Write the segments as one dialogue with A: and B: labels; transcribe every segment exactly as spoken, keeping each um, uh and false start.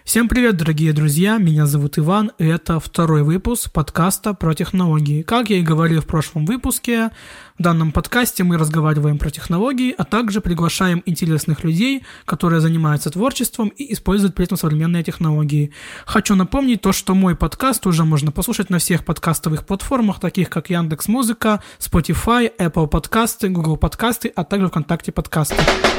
A: Всем привет, дорогие друзья, меня зовут Иван, и это второй выпуск подкаста про технологии. Как я и говорил в прошлом выпуске, в данном подкасте мы разговариваем про технологии, а также приглашаем интересных людей, которые занимаются творчеством и используют при этом современные технологии. Хочу напомнить то, что мой подкаст уже можно послушать на всех подкастовых платформах, таких как Яндекс.Музыка, Spotify, Apple подкасты, Google подкасты, а также ВКонтакте подкасты.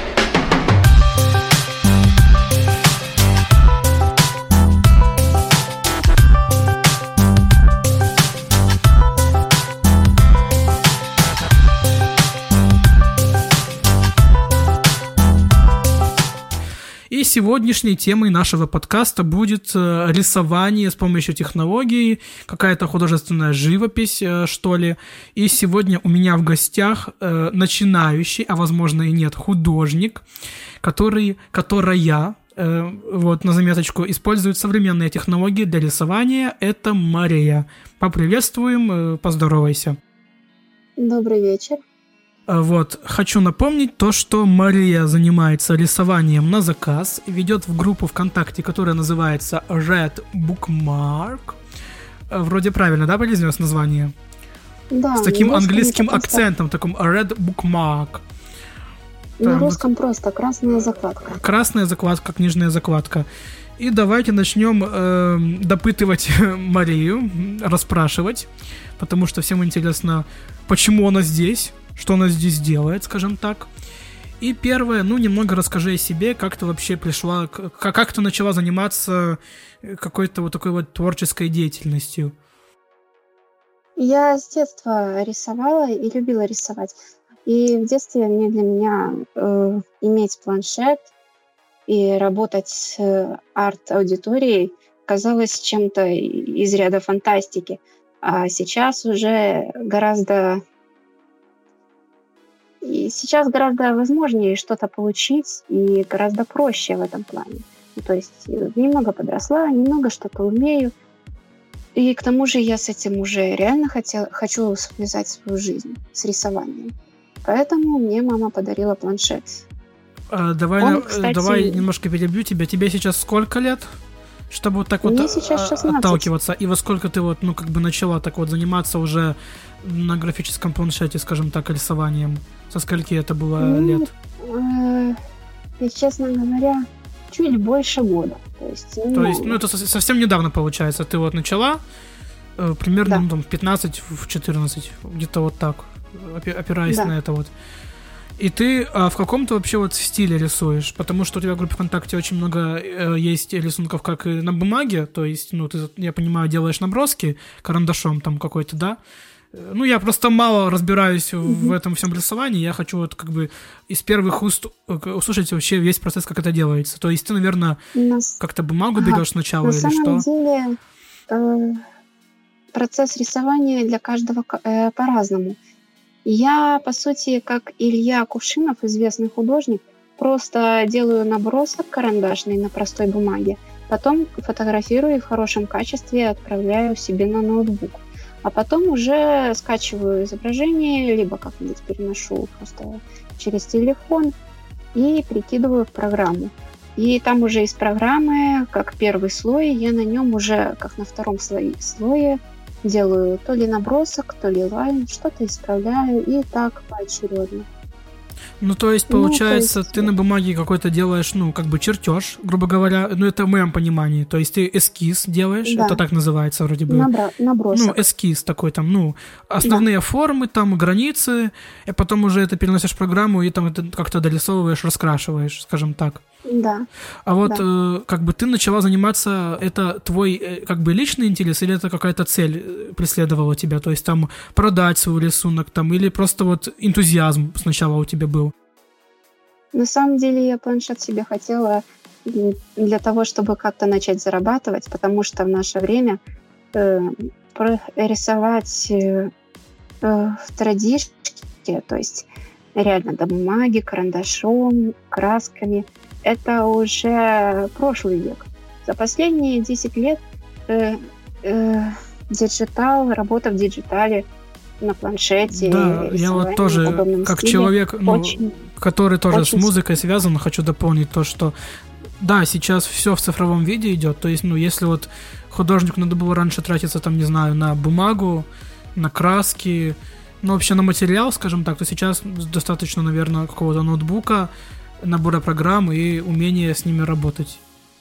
A: И сегодняшней темой нашего подкаста будет рисование с помощью технологий, какая-то художественная живопись, что ли. И сегодня у меня в гостях начинающий, а возможно и нет, художник, который, которая, вот на заметочку, использует современные технологии для рисования. Это Мария. Поприветствуем, поздоровайся.
B: Добрый вечер.
A: Вот, хочу напомнить то, что Мария занимается рисованием на заказ, ведет в группу ВКонтакте, которая называется Red Bookmark. Вроде правильно, да, произнес название?
B: Да.
A: С таким английским акцентом, таким Red Bookmark.
B: На Там русском просто красная закладка.
A: Красная закладка, книжная закладка. И давайте начнем э, допытывать Марию, расспрашивать, потому что всем интересно, почему она здесь. Что она здесь делает, скажем так. И первое, ну, немного расскажи о себе, как ты вообще пришла, как, как ты начала заниматься какой-то вот такой вот творческой деятельностью.
B: Я с детства рисовала и любила рисовать. И в детстве мне для меня э, иметь планшет и работать с арт-аудиторией казалось чем-то из ряда фантастики. А сейчас уже гораздо... И сейчас гораздо возможнее что-то получить и гораздо проще в этом плане. Ну, то есть немного подросла, немного что-то умею. И к тому же я с этим уже реально хотела, хочу связать свою жизнь с рисованием. Поэтому мне мама подарила планшет.
A: А, давай, Он, кстати... давай немножко перебью тебя. Тебе сейчас сколько лет? Чтобы вот так вот отталкиваться. И во сколько ты вот, ну, как бы начала так вот заниматься уже на графическом планшете, скажем так, рисованием? Со скольки это было ну, лет?
B: Э, честно говоря, чуть больше года. То есть,
A: ну, То есть ну, это совсем недавно получается. Ты вот начала э, примерно да. ну, там, в пятнадцать, в четырнадцать, где-то вот так, опираясь да. на это вот. И ты а в каком ты вообще вот стиле рисуешь? Потому что у тебя в группе ВКонтакте очень много э, есть рисунков, как и на бумаге. То есть, ну, ты, я понимаю, делаешь наброски карандашом там какой-то, да? Ну, я просто мало разбираюсь mm-hmm. в этом всем рисовании. Я хочу вот как бы из первых уст услышать вообще весь процесс, как это делается. То есть ты, наверное, Нас... как-то бумагу ага. берешь сначала
B: на
A: или что?
B: На самом деле э, процесс рисования для каждого э, по-разному. Я, по сути, как Илья Кувшинов, известный художник, просто делаю набросок карандашный на простой бумаге, потом фотографирую и в хорошем качестве отправляю себе на ноутбук. А потом уже скачиваю изображение, либо как-нибудь переношу просто через телефон и прикидываю в программу. И там уже из программы, как первый слой, я на нем уже, как на втором слое, слое делаю то ли набросок, то ли лайн, что-то исправляю, и так поочередно.
A: Ну, то есть, получается, ну, то есть... ты на бумаге какой-то делаешь, ну, как бы чертеж, грубо говоря, ну, это в моем понимании, то есть ты эскиз делаешь, да. это так называется вроде бы.
B: Набра... Набросок.
A: Ну, эскиз такой там, ну, основные да. формы, там, границы, и потом уже это переносишь в программу и там это как-то дорисовываешь, раскрашиваешь, скажем так.
B: Да.
A: А вот
B: да.
A: э, как бы ты начала заниматься, это твой э, как бы личный интерес или это какая-то цель преследовала тебя? То есть там продать свой рисунок там или просто вот энтузиазм сначала у тебя был?
B: На самом деле я планшет себе хотела для того, чтобы как-то начать зарабатывать, потому что в наше время э, рисовать э, в традишке, то есть реально до бумаги, карандашом, красками, это уже прошлый век. За последние десять лет э, э, диджитал, работа в диджитале на планшете.
A: Да, я вот тоже, как
B: стиле,
A: человек, ну,
B: очень,
A: который тоже
B: очень...
A: с музыкой связан, хочу дополнить то, что да, сейчас все в цифровом виде идет. То есть, ну, если вот художнику надо было раньше тратиться, там, не знаю, на бумагу, на краски, ну, вообще на материал, скажем так, то сейчас достаточно, наверное, какого-то ноутбука, набора программ и умения с ними работать.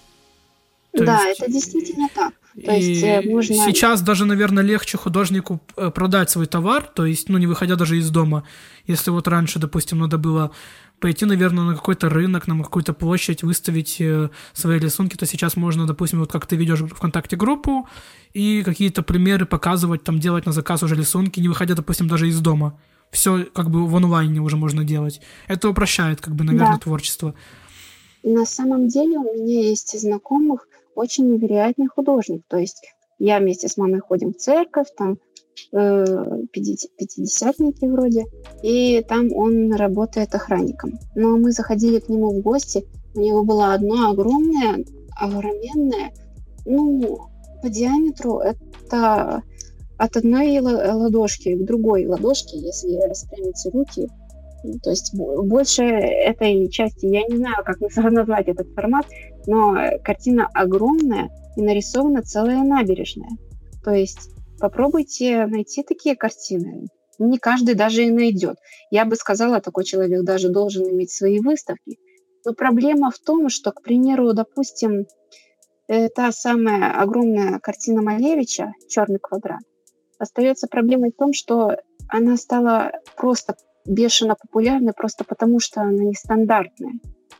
B: То да, есть, это действительно так. То есть можно...
A: Сейчас даже, наверное, легче художнику продать свой товар, то есть, ну, не выходя даже из дома. Если вот раньше, допустим, надо было пойти, наверное, на какой-то рынок, на какую-то площадь, выставить свои рисунки, то сейчас можно, допустим, вот как ты ведешь в ВКонтакте группу и какие-то примеры показывать, там, делать на заказ уже рисунки, не выходя, допустим, даже из дома. Все как бы в онлайне уже можно делать. Это упрощает, как бы, наверное, да. творчество.
B: На самом деле у меня есть знакомых очень невероятный художник. То есть я вместе с мамой ходим в церковь, там э, пятидесятники вроде, и там он работает охранником. Но мы заходили к нему в гости, у него было одно огромное, огроменное, ну, по диаметру это от одной ладошки к другой ладошке, если распрямите руки. То есть больше этой части, я не знаю, как назвать этот формат, но картина огромная и нарисована целая набережная. То есть попробуйте найти такие картины. Не каждый даже и найдет. Я бы сказала, такой человек даже должен иметь свои выставки. Но проблема в том, что, к примеру, допустим, та самая огромная картина Малевича «Черный квадрат», остается проблемой в том, что она стала просто бешено популярной просто потому, что она нестандартная.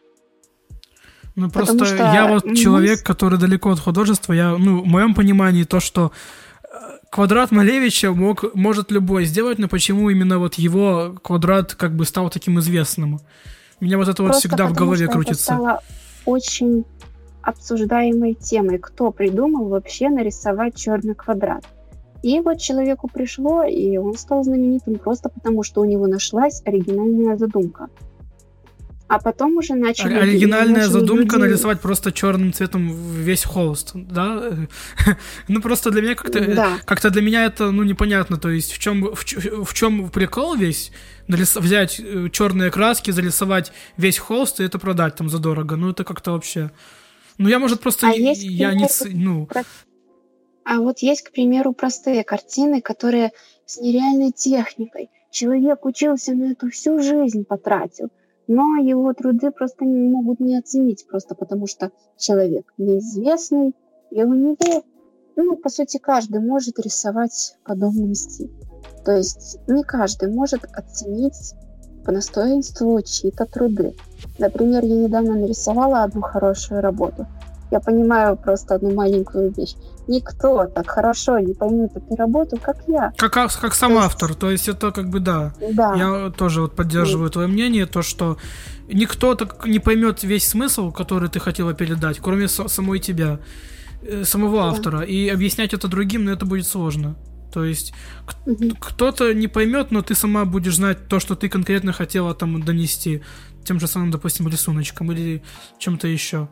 A: Ну, просто потому что я вот мы... человек, который далеко от художества, я, ну, в моем понимании то, что квадрат Малевича мог, может любой сделать, но почему именно вот его квадрат как бы стал таким известным? У меня вот это просто вот всегда в голове крутится.
B: Это стало очень обсуждаемой темой. Кто придумал вообще нарисовать черный квадрат? И вот человеку пришло, и он стал знаменитым просто потому, что у него нашлась оригинальная задумка. А потом уже начали...
A: Оригинальная начали задумка люди... нарисовать просто черным цветом весь холст, да? Ну, просто для меня как-то... Да. Как-то для меня это, ну, непонятно. То есть в чем, в, в чем прикол весь? Нарис... Взять черные краски, зарисовать весь холст и это продать там задорого. Ну, это как-то вообще... Ну, я, может, просто...
B: А
A: я
B: есть,
A: не... Ну...
B: А вот есть, к примеру, простые картины, которые с нереальной техникой. Человек учился на это всю жизнь, потратил, но его труды просто не могут не оценить, просто потому что человек неизвестный, и у него, ну, по сути, каждый может рисовать в подобном стиле. То есть не каждый может оценить по достоинству чьи-то труды. Например, я недавно нарисовала одну хорошую работу. Я понимаю просто одну маленькую вещь. Никто так хорошо не поймет эту работу, как я.
A: Как, как сам то автор. Есть... То есть это как бы да.
B: да.
A: Я тоже вот поддерживаю да. твое мнение, то, что никто так не поймет весь смысл, который ты хотела передать, кроме с- самой тебя, самого да. автора. И объяснять это другим, но это будет сложно. То есть угу. кто-то не поймет, но ты сама будешь знать то, что ты конкретно хотела там донести тем же самым, допустим, рисуночком или чем-то еще.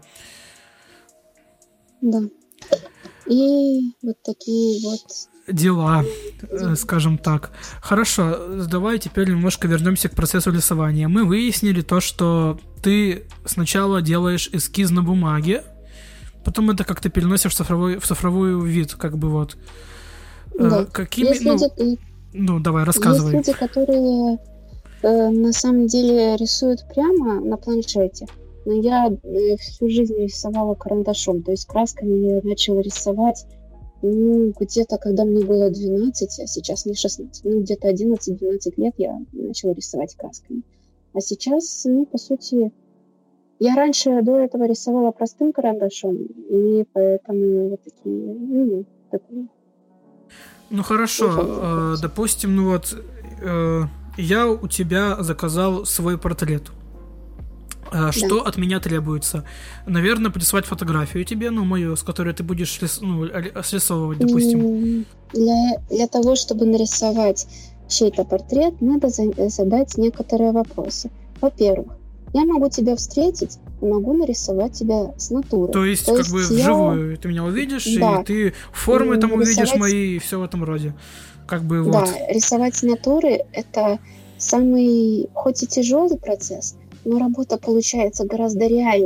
B: Да. И вот такие вот
A: дела, э, скажем так. Хорошо, давай теперь немножко вернемся к процессу рисования. Мы выяснили то, что ты сначала делаешь эскиз на бумаге, потом это как-то переносишь в цифровой, в цифровой вид, как бы вот.
B: Да.
A: Э, какими,
B: есть
A: ну,
B: люди,
A: ну, давай, рассказывай.
B: Есть люди, которые э, на самом деле рисуют прямо на планшете. Но я всю жизнь рисовала карандашом, то есть красками я начала рисовать ну, где-то, когда мне было двенадцать, а сейчас мне шестнадцать, ну, где-то одиннадцать-двенадцать лет я начала рисовать красками. А сейчас, ну, по сути, я раньше до этого рисовала простым карандашом, и поэтому вот такие, ну, такие.
A: Ну, хорошо, э, допустим, ну вот, э, я у тебя заказал свой портрет. Что да. от меня требуется? Наверное, прислать фотографию тебе, ну, мою, с которой ты будешь рис... ну, срисовывать, допустим.
B: Для, для того, чтобы нарисовать чей-то портрет, надо за- задать некоторые вопросы. Во-первых, я могу тебя встретить и могу нарисовать тебя с натуры.
A: То есть, То как есть бы я... вживую ты меня увидишь, да. и ты формы там рисовать... увидишь мои и все в этом роде. Как бы вот.
B: Да, рисовать с натуры — это самый, хоть и тяжелый процесс, но работа получается гораздо реальней.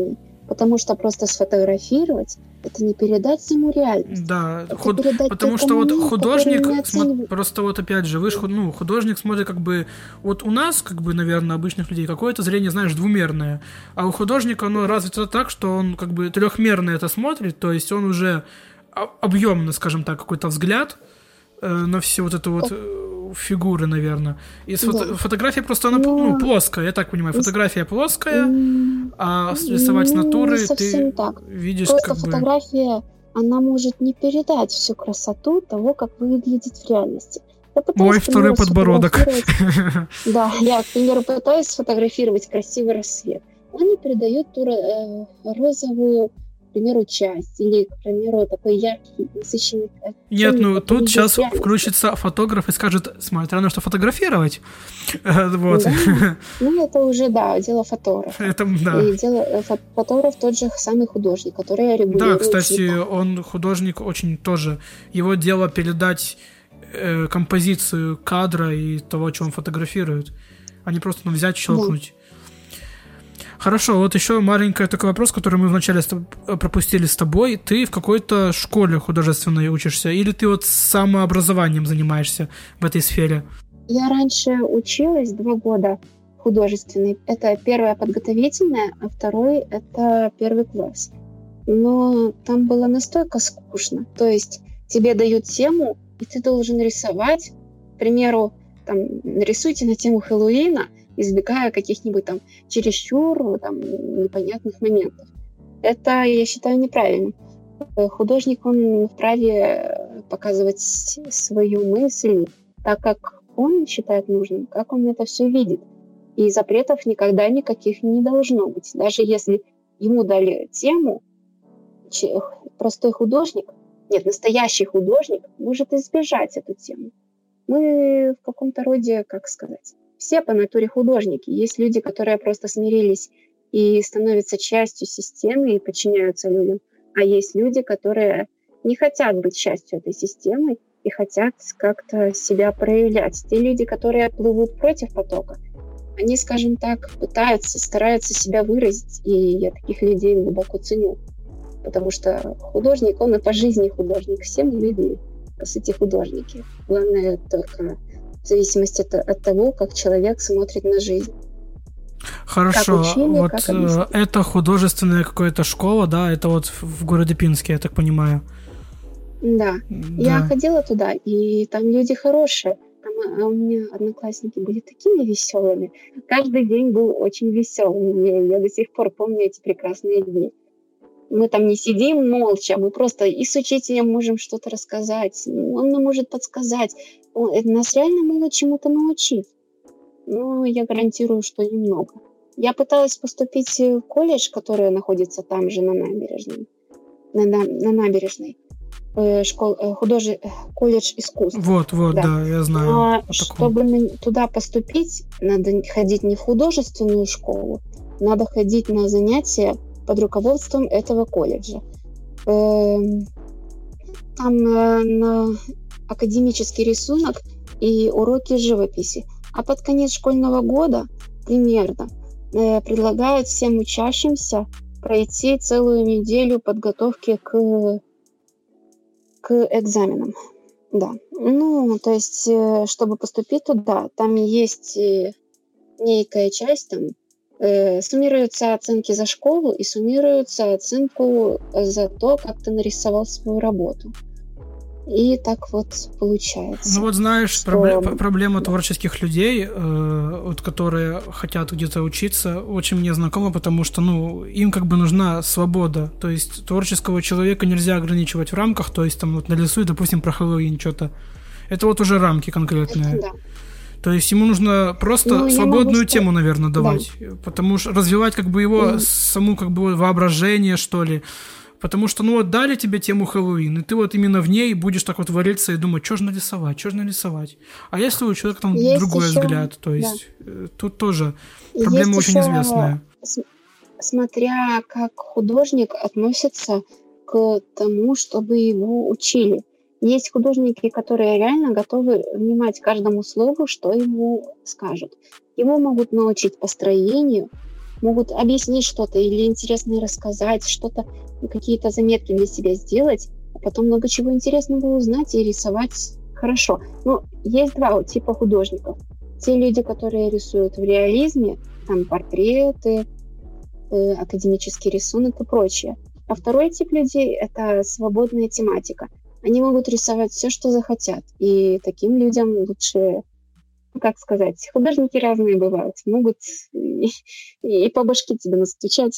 B: Потому что просто сфотографировать — это не передать ему реальность.
A: Да,
B: это
A: худ... потому что вот художник, смо... просто вот опять же, вы ж, ну, художник смотрит как бы, вот у нас, как бы, наверное, обычных людей, какое-то зрение, знаешь, двумерное, а у художника оно развито так, что он как бы трехмерно это смотрит, то есть он уже объемно, скажем так, какой-то взгляд э, на все вот это вот э, фигуры, наверное. И фото... да. Фотография просто, она Но... ну, плоская, я так понимаю, фотография плоская, а рисовать с натуры
B: не совсем
A: ты
B: так.
A: видишь
B: просто
A: как
B: фотография, бы... она может не передать всю красоту того, как выглядит в реальности. Я
A: Мой второй подбородок.
B: Да, я, к примеру, пытаюсь сфотографировать красивый рассвет. Он не передает ту э, розовую, к примеру, часть, или, к примеру, такой яркий, насыщенный оттенок.
A: Нет, ну тут сейчас реальности. Включится фотограф и скажет: смотря на что фотографировать. Вот.
B: Да. Ну, это уже, да, дело фотографа.
A: Это, да.
B: И дело, фотограф тот же самый художник, который регулирует.
A: Да, кстати,
B: цвета.
A: Он художник очень тоже. Его дело передать э, композицию кадра и того, что он фотографирует, а не просто ну, взять, щелкнуть. Да. Хорошо, вот еще маленький такой вопрос, который мы вначале с тоб- пропустили с тобой. Ты в какой-то школе художественной учишься или ты вот самообразованием занимаешься в этой сфере?
B: Я раньше училась два года художественной. Это первое подготовительное, а второй — это первый класс. Но там было настолько скучно. То есть тебе дают тему, и ты должен рисовать. К примеру, там, нарисуйте на тему Хэллоуина, избегая каких-нибудь там чересчур там, непонятных моментов. Это, я считаю, неправильно. Художник, он вправе показывать свою мысль так, как он считает нужным, как он это все видит. И запретов никогда никаких не должно быть. Даже если ему дали тему, простой художник, нет, настоящий художник может избежать эту тему. Мы в каком-то роде, как сказать, все по натуре художники. Есть люди, которые просто смирились и становятся частью системы и подчиняются людям. А есть люди, которые не хотят быть частью этой системы и хотят как-то себя проявлять. Те люди, которые плывут против потока, они, скажем так, пытаются, стараются себя выразить. И я таких людей глубоко ценю. Потому что художник, он и по жизни художник. Все мы люди, по сути, художники. Главное только... в зависимости от, от того, как человек смотрит на жизнь.
A: Хорошо,
B: учили,
A: вот это художественная какая-то школа, да, это вот в городе Пинске, я так понимаю.
B: Да.
A: да,
B: я ходила туда, и там люди хорошие. Там, а у меня одноклассники были такими веселыми. Каждый день был очень веселым. Я, я до сих пор помню эти прекрасные дни. Мы там не сидим молча, мы просто и с учителем можем что-то рассказать, он нам может подсказать. Он, нас реально могут чему-то научить. Но я гарантирую, что немного. Я пыталась поступить в колледж, который находится там же на набережной. На, на, на набережной. Э, школ, э, художи, э, колледж искусств.
A: Вот, вот, да, да я знаю.
B: А чтобы на, туда поступить, надо ходить не в художественную школу, надо ходить на занятия под руководством этого колледжа. Э, там э, на академический рисунок и уроки живописи. А под конец школьного года примерно э, предлагают всем учащимся пройти целую неделю подготовки к, к экзаменам. Да. Ну, то есть, э, чтобы поступить туда, там есть э, некая часть, там э, суммируются оценки за школу и суммируются оценку за то, как ты нарисовал свою работу. И так вот получается.
A: Ну вот знаешь,
B: что...
A: проблема, проблема творческих людей, э, вот, которые хотят где-то учиться, очень мне знакома, потому что ну, им как бы нужна свобода. То есть творческого человека нельзя ограничивать в рамках, то есть там вот нарисуй, допустим, про Хэллоуин что-то. Это вот уже рамки конкретные.
B: Да.
A: То есть ему нужно просто ну, свободную тему, наверное, давать. Да. Потому что развивать как бы его mm. саму как бы воображение, что ли. Потому что, ну вот, дали тебе тему Хэллоуин, и ты вот именно в ней будешь так вот вариться и думать, что же нарисовать, что же нарисовать. А если у человека там есть другой еще... взгляд, то есть да. Тут тоже проблема есть очень известная.
B: Смотря как художник относится к тому, чтобы его учили. Есть художники, которые реально готовы внимать каждому слову, что ему скажут. Его могут научить построению, могут объяснить что-то или интересно рассказать, что-то, какие-то заметки для себя сделать, а потом много чего интересного узнать и рисовать хорошо. Ну, есть два типа художников. Те люди, которые рисуют в реализме, там портреты, э, академический рисунок и прочее. А второй тип людей — это свободная тематика. Они могут рисовать все, что захотят. И таким людям лучше, ну, как сказать, художники разные бывают. Могут и, и по башке тебе настучать.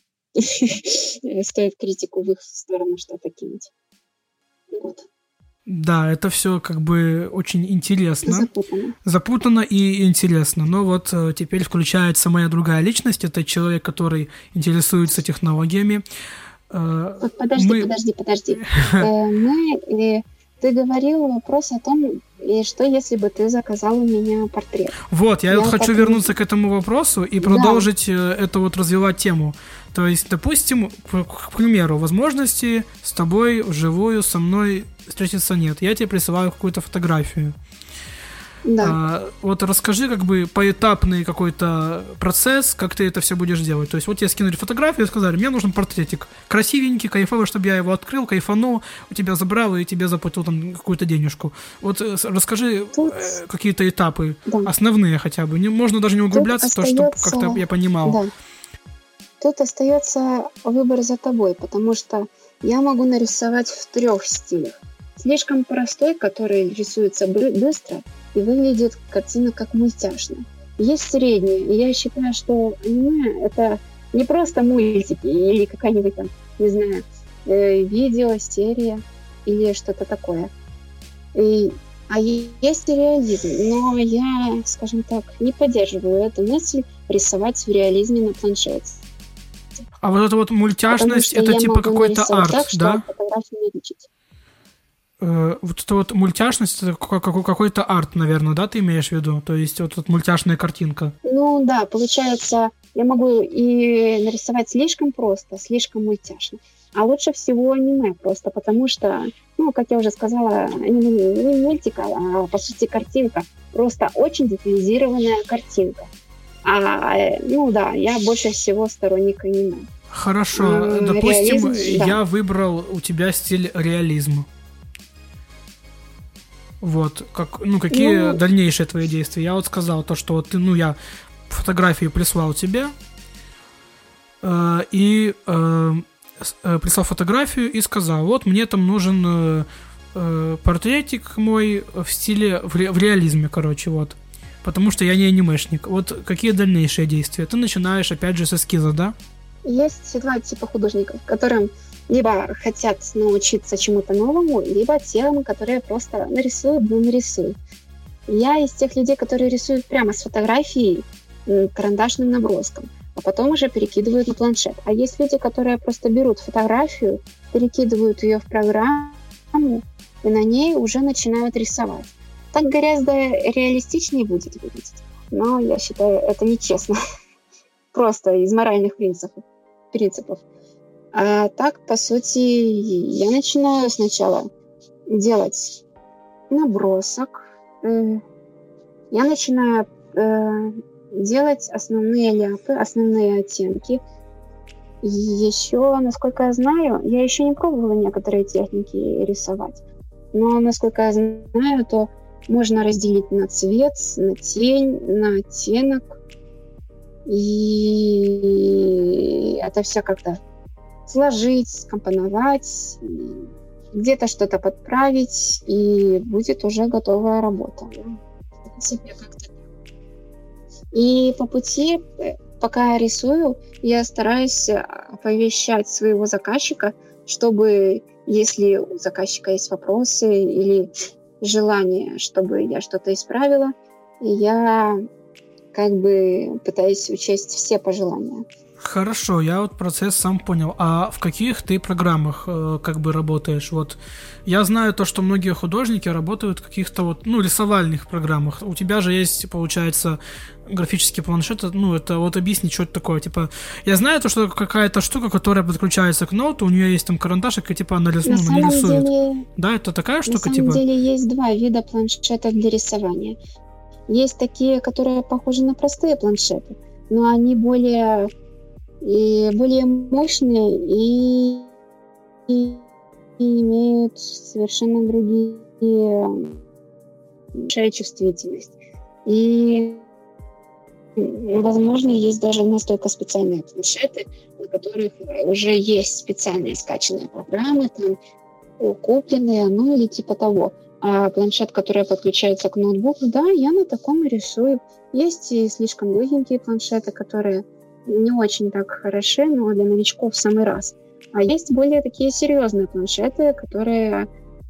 B: Стоит критику в их сторону что-то кинуть. Вот.
A: Да, это все как бы очень интересно.
B: Запутано.
A: Запутано и интересно. Но вот э, теперь включается моя другая личность. Это человек, который интересуется технологиями. Э,
B: подожди,
A: мы...
B: подожди, подожди. Мы... Ты говорил вопрос о том, и что если бы ты заказал у меня портрет.
A: Вот, я, я вот хочу потом... вернуться к этому вопросу и продолжить да. это вот развивать тему. То есть, допустим, к, к примеру, возможности с тобой вживую со мной встретиться нет. Я тебе присылаю какую-то фотографию.
B: Да.
A: А, вот расскажи как бы поэтапный какой-то процесс, как ты это все будешь делать. То есть вот тебе скинули фотографию и сказали, мне нужен портретик красивенький, кайфовый, чтобы я его открыл, кайфанул, у тебя забрал и тебе заплатил там какую-то денежку. Вот расскажи Тут... э, какие-то этапы, да. основные хотя бы. Не, можно даже не углубляться в то, чтобы как-то я понимал.
B: Да. Тут остается выбор за тобой, потому что я могу нарисовать в трех стилях. Слишком простой, который рисуется быстро, и выглядит картина как мультяшная. Есть средняя, и я считаю, что аниме — это не просто мультики или какая-нибудь там, не знаю, э, видео, серия или что-то такое. И, а есть и реализм, но я, скажем так, не поддерживаю эту мысль рисовать в реализме на планшете.
A: А вот эта вот мультяшность, это типа какой-то арт, так, да? Вот эта вот мультяшность, это какой-то арт, наверное, да, ты имеешь в виду? То есть вот, вот мультяшная картинка.
B: Ну да, получается, я могу и нарисовать слишком просто, слишком мультяшно. А лучше всего аниме просто, потому что, ну, как я уже сказала, не мультик, а по сути картинка. Просто очень детализированная картинка. А, ну да, я больше всего сторонник аниме.
A: Хорошо, м-м, допустим, реализм, да. я выбрал у тебя стиль реализма. Вот, как, ну, какие ну, дальнейшие твои действия? Я вот сказал то, что ты, ну, я фотографии прислал тебе, э, и э, э, прислал фотографию и сказал, вот, мне там нужен э, э, портретик мой в стиле, в, ре, в реализме, короче, вот, потому что я не анимешник. Вот, какие дальнейшие действия? Ты начинаешь, опять же, с эскиза, да?
B: Есть два типа художников, которым либо хотят научиться чему-то новому, либо тем, которые просто нарисуют, ну нарисуют. Я из тех людей, которые рисуют прямо с фотографией, карандашным наброском, а потом уже перекидывают на планшет. А есть люди, которые просто берут фотографию, перекидывают ее в программу и на ней уже начинают рисовать. Так гораздо реалистичнее будет выглядеть. Но я считаю, это нечестно. Просто из моральных принципов. принципов. А так, по сути, я начинаю сначала делать набросок. Я начинаю э, делать основные ляпы, основные оттенки. И еще, насколько я знаю, я еще не пробовала некоторые техники рисовать. Но, насколько я знаю, то можно разделить на цвет, на тень, на оттенок. И это все как-то сложить, скомпоновать, где-то что-то подправить, и будет уже готовая работа. И по пути, пока я рисую, я стараюсь оповещать своего заказчика, чтобы, если у заказчика есть вопросы или желание, чтобы я что-то исправила, я как бы пытаюсь учесть все пожелания.
A: Хорошо, я вот процесс сам понял. А в каких ты программах э, как бы работаешь? Вот я знаю то, что многие художники работают в каких-то вот, ну, рисовальных программах. У тебя же есть, получается, графический планшет. Ну, это вот объясни, что это такое. Типа, я знаю то, что какая-то штука, которая подключается к ноуту, у нее есть там карандашик, и типа она рис...
B: на
A: ну,
B: самом
A: нарисует.
B: Деле,
A: да, это такая штука,
B: на
A: типа?
B: На самом деле есть два вида планшетов для рисования. Есть такие, которые похожи на простые планшеты. но они более, и более мощные и, и, и имеют совершенно другие большая чувствительность. И, возможно, есть даже настолько специальные планшеты, на которых уже есть специальные скачанные программы, там, купленные, ну или типа того. А планшет, который подключается к ноутбуку, да, я на таком и рисую. Есть и слишком легенькие планшеты, которые не очень так хороши, но для новичков в самый раз. А есть более такие серьезные планшеты, которые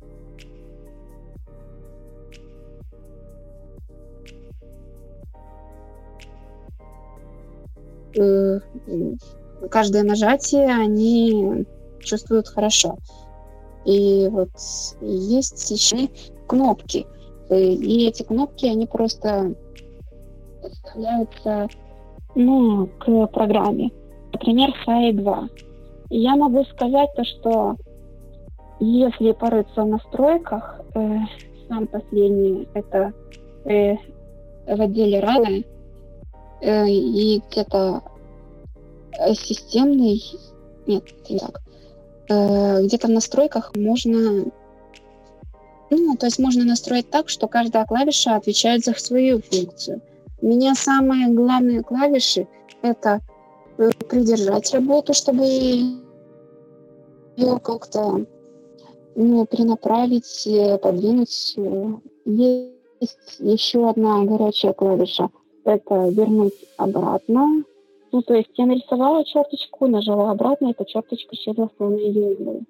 B: каждое нажатие они чувствуют хорошо. И вот есть еще кнопки. И эти кнопки, они просто подставляются, ну, к программе. Например, эс эй ай два. И я могу сказать то, что если порыться в настройках, э, сам последний, это э, в отделе раны, э, и где-то системный, нет, не так, э, где-то в настройках можно, ну, то есть можно настроить так, что каждая клавиша отвечает за свою функцию. У меня самые главные клавиши — это придержать работу, чтобы ее как-то, ну, перенаправить, подвинуть. Есть еще одна горячая клавиша — это вернуть обратно. Ну, то есть я нарисовала черточку, нажала обратно, эта черточка исчезла в полной ее углу.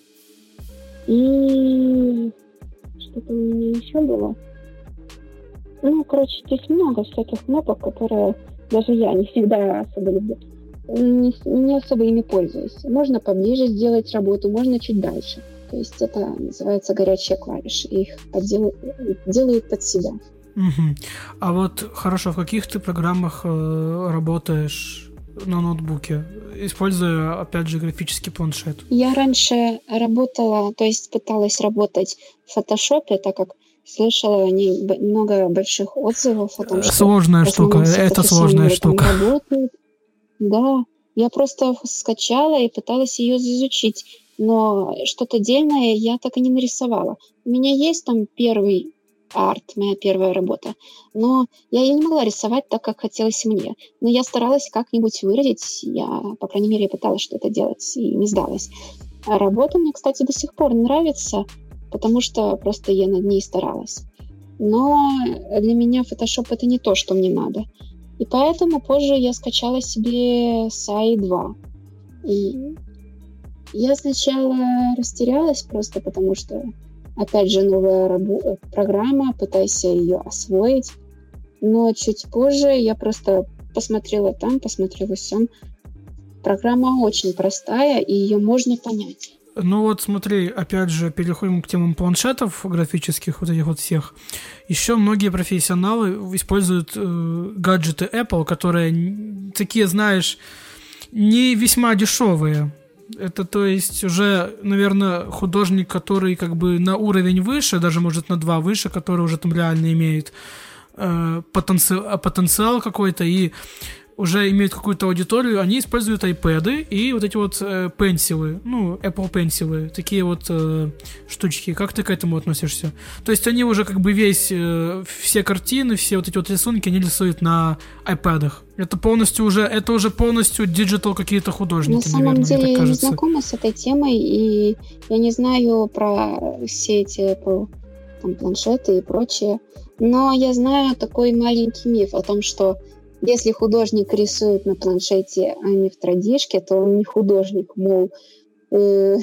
B: И что-то у меня еще было. Ну, короче, здесь много всяких кнопок, которые даже я не всегда особо люблю. Не, не особо ими пользуюсь. Можно поближе сделать работу, можно чуть дальше. То есть это называется горячие клавиши. Их поддел... делают под себя.
A: Угу. А вот хорошо, в каких ты программах э, работаешь на ноутбуке, используя, опять же, графический планшет?
B: Я раньше работала, то есть пыталась работать в фотошопе, так как слышала не, много больших отзывов о том, что
A: сложная штука, это сложная штука.
B: Работает. Да, я просто скачала и пыталась ее изучить, но что-то дельное я так и не нарисовала. У меня есть там первый арт, моя первая работа, но я ее не могла рисовать так, как хотелось мне. Но я старалась как-нибудь выразить, я, по крайней мере, пыталась что-то делать и не сдалась. А работа мне, кстати, до сих пор нравится, потому что просто я над ней старалась. Но для меня Photoshop — это не то, что мне надо. И поэтому позже я скачала себе эс эй ай два. И я сначала растерялась просто потому, что, опять же, новая рабо- программа, пытаюсь ее освоить. Но чуть позже я просто посмотрела там, посмотрела сям. Программа очень простая, и ее можно понять.
A: Ну вот смотри, опять же, переходим к темам планшетов графических, вот этих вот всех. Еще многие профессионалы используют э, гаджеты Apple, которые такие, знаешь, не весьма дешевые. Это, то есть, уже, наверное, художник, который как бы на уровень выше, даже, может, на два выше, который уже там реально имеет э, потенциал, потенциал какой-то и уже имеют какую-то аудиторию, они используют iPad'ы и вот эти вот э, пенсилы, ну, Apple пенсилы, такие вот э, штучки. Как ты к этому относишься? То есть они уже как бы весь, э, все картины, все вот эти вот рисунки, они рисуют на iPad'ах. Это полностью уже, это уже полностью диджитал какие-то художники,
B: на самом
A: наверное,
B: деле,
A: мне так
B: я не
A: кажется.
B: знакома с этой темой, и я не знаю про все эти Apple там, планшеты и прочее, но я знаю такой маленький миф о том, что если художник рисует на планшете, а не в традишке, то он не художник, мол, э,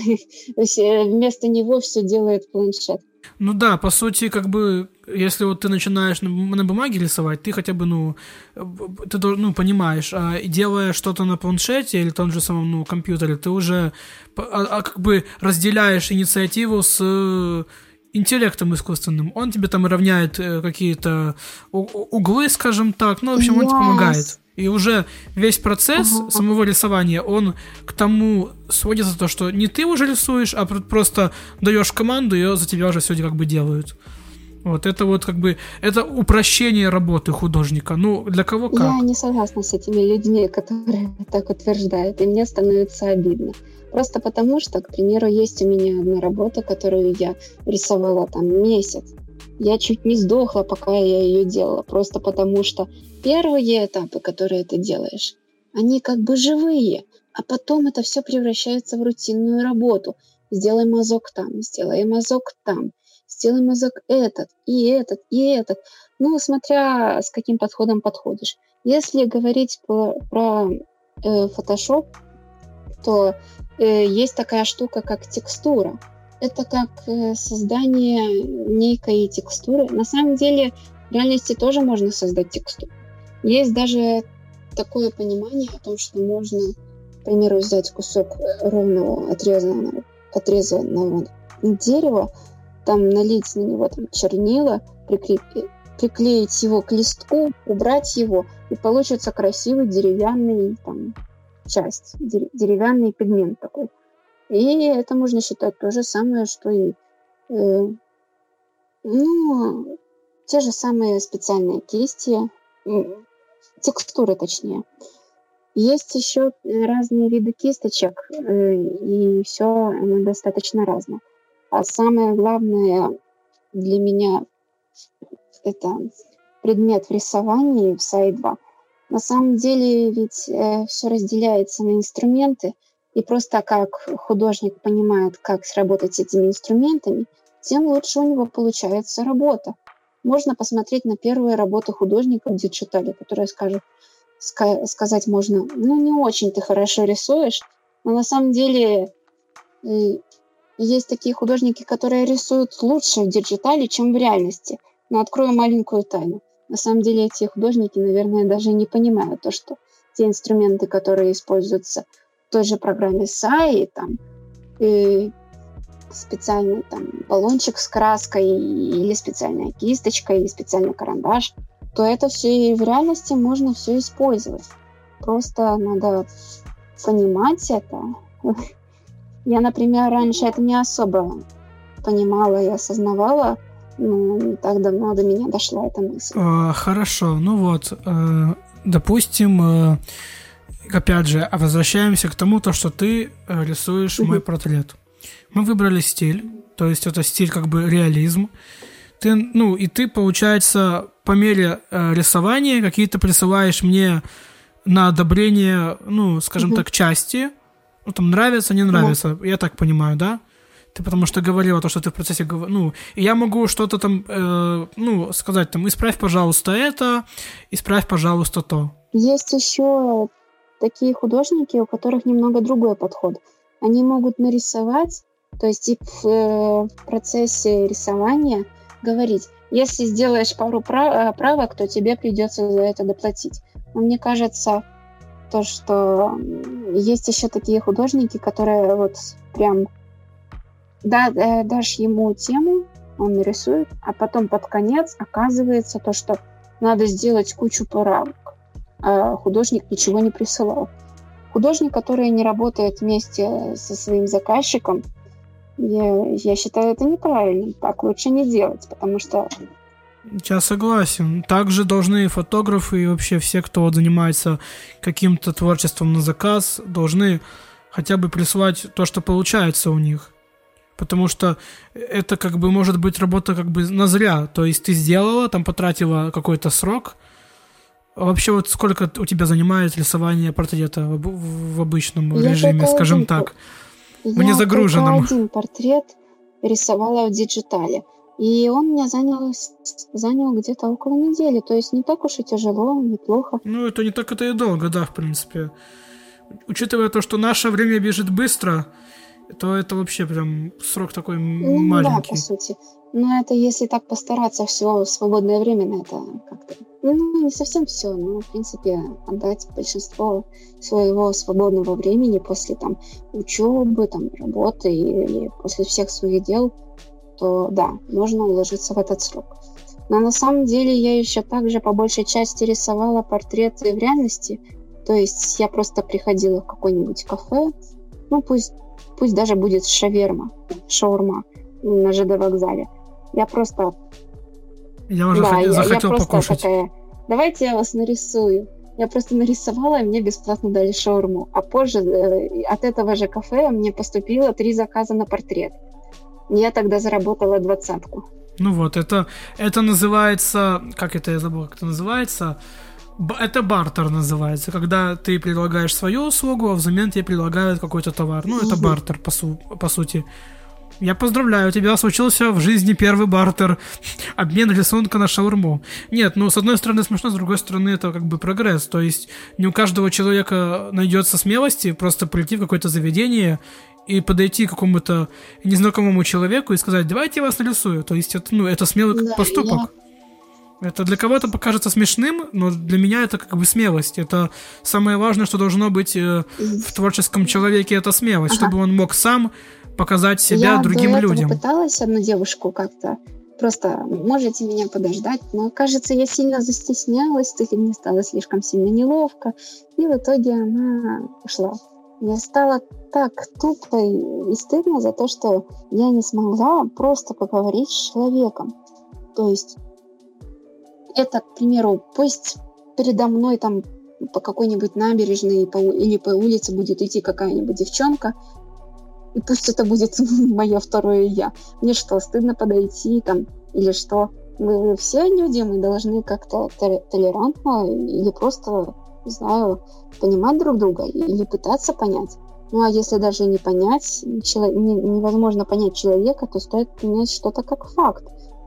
B: вместо него все делает планшет.
A: Ну да, по сути, как бы, если вот ты начинаешь на, на бумаге рисовать, ты хотя бы, ну, ты ну, понимаешь, а делая что-то на планшете или том же самом, ну, компьютере, ты уже а, а, как бы разделяешь инициативу с интеллектом искусственным. Он тебе там равняет э, какие-то у- углы, скажем так, ну, в общем, он yes. тебе помогает. И уже весь процесс uh-huh. самого рисования, он к тому сводится то, что не ты уже рисуешь, а просто даешь команду, и за тебя уже все как бы делают. Вот это вот как бы, это упрощение работы художника. Ну, для кого как?
B: Я не согласна с этими людьми, которые так утверждают, и мне становится обидно. Просто потому, что, к примеру, есть у меня одна работа, которую я рисовала там месяц. Я чуть не сдохла, пока я ее делала, просто потому что первые этапы, которые ты делаешь, они как бы живые, а потом это все превращается в рутинную работу. Сделай мазок там, сделай мазок там, сделай мазок этот, и этот, и этот. Ну, смотря с каким подходом подходишь. Если говорить про, про э, Photoshop, то э, есть такая штука, как текстура. Это как э, создание некой текстуры. На самом деле в реальности тоже можно создать текстуру. Есть даже такое понимание о том, что можно, к примеру, взять кусок ровного отрезанного, отрезанного дерева, там налить на него там, чернила, прикле- приклеить его к листку, убрать его, и получится красивый деревянный там, часть, деревянный пигмент такой. И это можно считать то же самое, что и э, ну, те же самые специальные кисти, э, текстуры точнее. Есть еще разные виды кисточек, э, и все достаточно разное. А самое главное для меня это предмет в рисовании в Сай два. На самом деле ведь э, все разделяется на инструменты, и просто как художник понимает, как сработать с этими инструментами, тем лучше у него получается работа. Можно посмотреть на первые работы художника в диджитале, которые скажут, ска- сказать можно, ну не очень ты хорошо рисуешь, но на самом деле э, есть такие художники, которые рисуют лучше в диджитале, чем в реальности. Но открою маленькую тайну. На самом деле эти художники, наверное, даже не понимают то, что те инструменты, которые используются в той же программе Сай, там, и специальный там, баллончик с краской, или специальная кисточка, или специальный карандаш, то это все и в реальности можно все использовать. Просто надо понимать это. Я, например, раньше это не особо понимала и осознавала, но не так давно до меня дошла эта мысль.
A: А, хорошо, ну вот, э, допустим, э, опять же, возвращаемся к тому, то, что ты э, рисуешь uh-huh. мой портрет. Мы выбрали стиль, то есть это стиль как бы реализм. Ты, ну, и ты, получается, по мере э, рисования какие-то присылаешь мне на одобрение, ну, скажем uh-huh. так, части. Ну, там нравится, не нравится, uh-huh. я так понимаю, да? Ты потому что говорила то, что ты в процессе... Ну, и я могу что-то там, э, ну, сказать, там, исправь, пожалуйста, это, исправь, пожалуйста, то.
B: Есть еще такие художники, у которых немного другой подход. Они могут нарисовать, то есть и в, э, в процессе рисования говорить, если сделаешь пару прав- правок, то тебе придется за это доплатить. Но мне кажется, то, что есть еще такие художники, которые вот прям... Да, дашь ему тему, он нарисует, а потом под конец оказывается то, что надо сделать кучу правок, а художник ничего не присылал. Художник, который не работает вместе со своим заказчиком, я, я считаю это неправильным. Так лучше не делать, потому что...
A: Я согласен. Также должны фотографы и вообще все, кто занимается каким-то творчеством на заказ, должны хотя бы присылать то, что получается у них. Потому что это как бы может быть работа как бы на зря. То есть ты сделала, там потратила какой-то срок. А вообще вот сколько у тебя занимает рисование портрета в, в обычном я режиме, скажем один, так,
B: я
A: в незагруженном?
B: Я один портрет рисовала в диджитале. И он меня занял, занял где-то около недели. То есть не так уж и тяжело, неплохо.
A: Ну, это не так это и долго, да, в принципе. Учитывая то, что наше время бежит быстро, то это вообще прям срок такой
B: ну,
A: маленький.
B: Да, по сути. Но это если так постараться все в свободное время на это как-то... Ну, не совсем все, но, в принципе, отдать большинство своего свободного времени после там учебы, там, работы или после всех своих дел, то да, можно уложиться в этот срок. Но на самом деле я еще также по большей части рисовала портреты в реальности. То есть я просто приходила в какое-нибудь кафе, ну пусть, пусть даже будет шаверма, шаурма на ЖД вокзале. Я просто
A: Я уже
B: Да,
A: хот-
B: я, я
A: захотел
B: просто
A: покушать.
B: такая, давайте я вас нарисую. Я просто нарисовала, и мне бесплатно дали шаурму. А позже э, от этого же кафе мне поступило три заказа на портрет. Я тогда заработала двадцатку.
A: Ну вот, это, это называется... Как это, я забыл, как это называется? Б- Это бартер называется, когда ты предлагаешь свою услугу, а взамен тебе предлагают какой-то товар. Ну, это
B: Мгм.
A: бартер, по, су- по сути. Я поздравляю, у тебя случился в жизни первый бартер. Обмен рисунка на шаурму. Нет, ну, с одной стороны смешно, с другой стороны это как бы прогресс. То есть не у каждого человека найдется смелости просто прийти в какое-то заведение и подойти к какому-то незнакомому человеку и сказать, давайте я вас нарисую. То есть это, ну, это смелый
B: Да,
A: поступок. Это для кого-то покажется смешным, но для меня это как бы смелость. Это самое важное, что должно быть э, в творческом человеке, это смелость,
B: Ага.
A: чтобы он мог сам показать себя
B: Я
A: другим
B: до этого
A: людям.
B: пыталась одну девушку как-то просто, можете меня подождать, но, кажется, я сильно застеснялась, то есть мне стало слишком сильно неловко, и в итоге она ушла. Я стала так тупо и стыдно за то, что я не смогла просто поговорить с человеком. То есть это, к примеру, пусть передо мной там по какой-нибудь набережной по, или по улице будет идти какая-нибудь девчонка, и пусть это будет мое второе я. Мне что, стыдно подойти там или что? Мы все люди, мы должны как-то толерантно или просто, не знаю, понимать друг друга или пытаться понять. Ну, а если даже не понять, чело- не- невозможно понять человека, то стоит принять что-то как факт.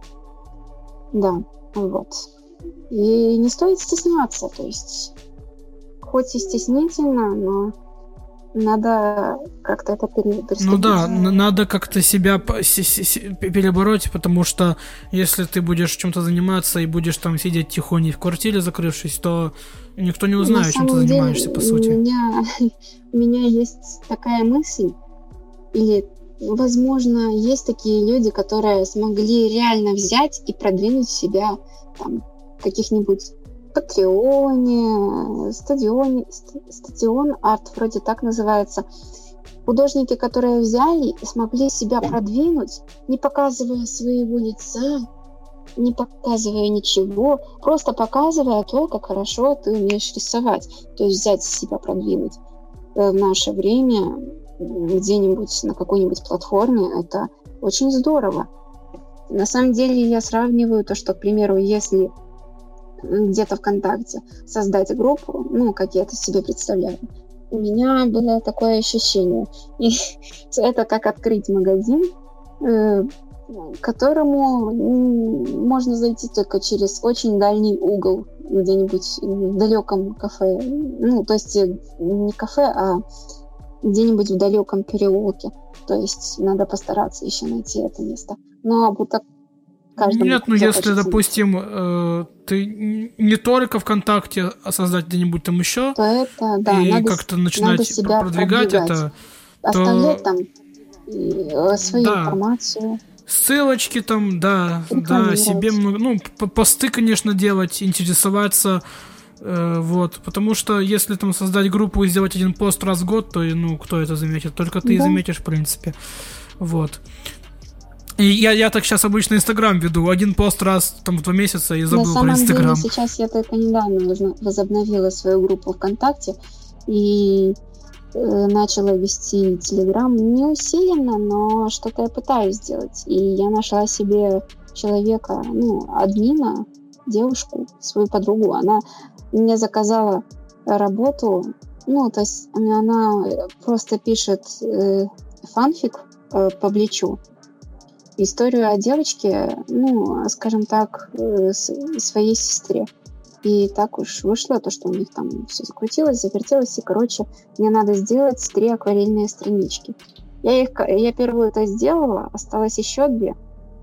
B: Да, вот. И не стоит стесняться, то есть хоть и стеснительно, но надо как-то это пере-
A: Ну да,
B: переступить.
A: н- надо как-то себя по- с- с- с- перебороть, потому что если ты будешь чем-то заниматься и будешь там сидеть тихоней в квартире, закрывшись, то никто не
B: На
A: узнает, чем ты
B: самом деле,
A: занимаешься, по
B: у
A: сути.
B: меня, у меня есть такая мысль, или, возможно, есть такие люди, которые смогли реально взять и продвинуть себя там, в каких-нибудь Патреоне, стадионе, ст- стадион арт, вроде так называется. Художники, которые взяли и смогли себя продвинуть, не показывая своего лица, не показывая ничего, просто показывая то, как хорошо ты умеешь рисовать. То есть взять себя продвинуть. Э, В наше время м, где-нибудь на какой-нибудь платформе это очень здорово. На самом деле я сравниваю то, что, к примеру, если где-то ВКонтакте создать группу, ну, как я это себе представляю, у меня было такое ощущение. И это как открыть магазин, э, к которому м, можно зайти только через очень дальний угол, где-нибудь в далеком кафе. Ну, то есть э, не кафе, а где-нибудь в далеком переулке. То есть надо постараться еще найти это место. Но будто каждому
A: Нет, ну если,
B: захочется,
A: допустим, э, ты н- не только ВКонтакте, а создать где-нибудь там еще,
B: то это, да,
A: и
B: надо,
A: как-то
B: надо
A: начинать
B: себя
A: продвигать
B: продвигать.
A: это,
B: Оставлять
A: то
B: там и, э, свою
A: да,
B: информацию,
A: ссылочки там, да, да, себе
B: рекламировать.
A: много, ну, п- посты, конечно, делать, интересоваться, э, вот, потому что если там создать группу и сделать один пост раз в год, то, и, ну, кто это заметит? Только ты и
B: Да.
A: заметишь, в принципе, вот. И я, я так сейчас обычно Инстаграм веду, один пост раз там в два месяца и
B: На
A: забыл про
B: самом деле
A: Инстаграм.
B: сейчас я только недавно возна- возобновила свою группу ВКонтакте и э, начала вести Телеграм не усиленно, но что-то я пытаюсь сделать. И я нашла себе человека, ну, админа, девушку, свою подругу. Она мне заказала работу, ну, то есть она просто пишет э, фанфик э, по Бличу. Историю о девочке, ну, скажем так, э, с- своей сестре. И так уж вышло, то, что у них там все закрутилось, завертелось, и, короче, мне надо сделать три акварельные странички. Я их, ка- я первую это сделала, осталось еще две,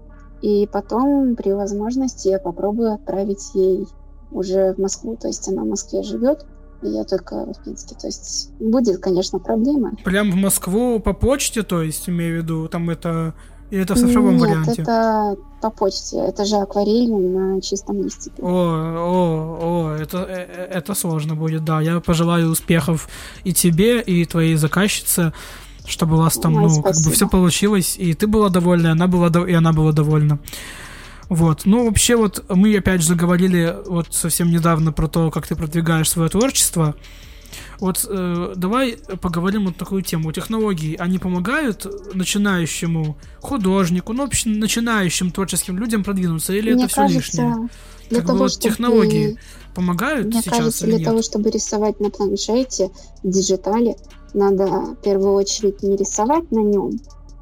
B: и потом, при возможности, я попробую отправить ей уже в Москву, то есть она в Москве живет, и я только в Минске, то есть будет, конечно, проблема.
A: Прям в Москву по почте, то есть, имею в виду, там это... Или это в цифровом
B: Нет,
A: варианте?
B: это по почте, это же акварелью на чистом листике.
A: О, о, о, это, э- э- это сложно будет, да. Я пожелаю успехов и тебе, и твоей заказчице, чтобы у вас там,
B: Ой,
A: ну, как бы
B: спасибо.
A: все получилось, и ты была довольна, и она была, дов- и она была довольна. Вот. Ну, вообще, вот мы опять же говорили вот совсем недавно про то, как ты продвигаешь свое творчество. Вот э, давай поговорим вот такую тему. Технологии, они помогают начинающему художнику, ну, вообще начинающим творческим людям продвинуться, или
B: Мне
A: это все
B: кажется,
A: лишнее?
B: для
A: Как
B: того,
A: бы вот
B: чтобы...
A: технологии помогают
B: Мне
A: сейчас
B: кажется,
A: или
B: для
A: нет?
B: того, чтобы рисовать на планшете, в диджитале, надо в первую очередь не рисовать на нем,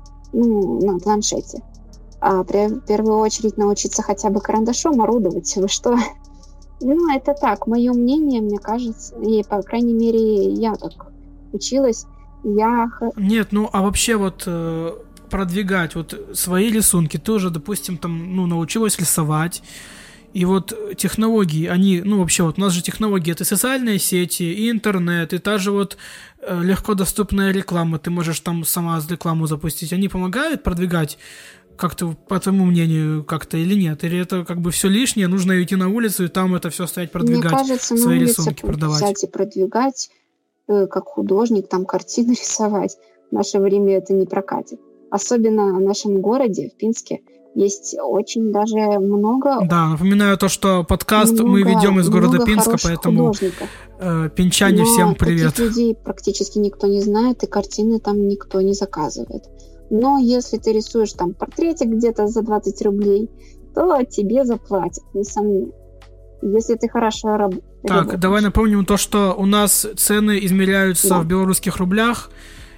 B: ну, на планшете, а при- в первую очередь научиться хотя бы карандашом орудовать. Вы что? Ну, это так, мое мнение, мне кажется, и, по крайней мере, я так училась. Я... х-
A: Нет, ну а вообще вот э, продвигать вот свои рисунки, ты уже, допустим, там, ну, научилась рисовать, и вот технологии, они, ну, вообще вот у нас же технологии, это социальные сети, и интернет, и та же вот э, легко доступная реклама, ты можешь там сама рекламу запустить, они помогают продвигать как-то, по твоему мнению, как-то или нет? Или это как бы все лишнее, нужно идти на улицу и там это все стоять,
B: Мне
A: продвигать,
B: кажется, на
A: свои
B: улице
A: рисунки продавать?
B: писать и продвигать, э, как художник, там картины рисовать. В наше время это не прокатит. Особенно в нашем городе, в Пинске, есть очень даже много,
A: Да, напоминаю то, что подкаст мы
B: много,
A: ведем из города
B: много
A: Пинска,
B: хороших
A: поэтому
B: художников.
A: э, пинчане,
B: Но
A: всем привет.
B: таких людей практически никто не знает, и картины там никто не заказывает. Но если ты рисуешь там портретик где-то за двадцать рублей, то тебе заплатят, несомненно. Если ты хорошо раб-
A: Так,
B: работаешь.
A: давай напомним то, что у нас цены измеряются
B: Да.
A: в белорусских рублях,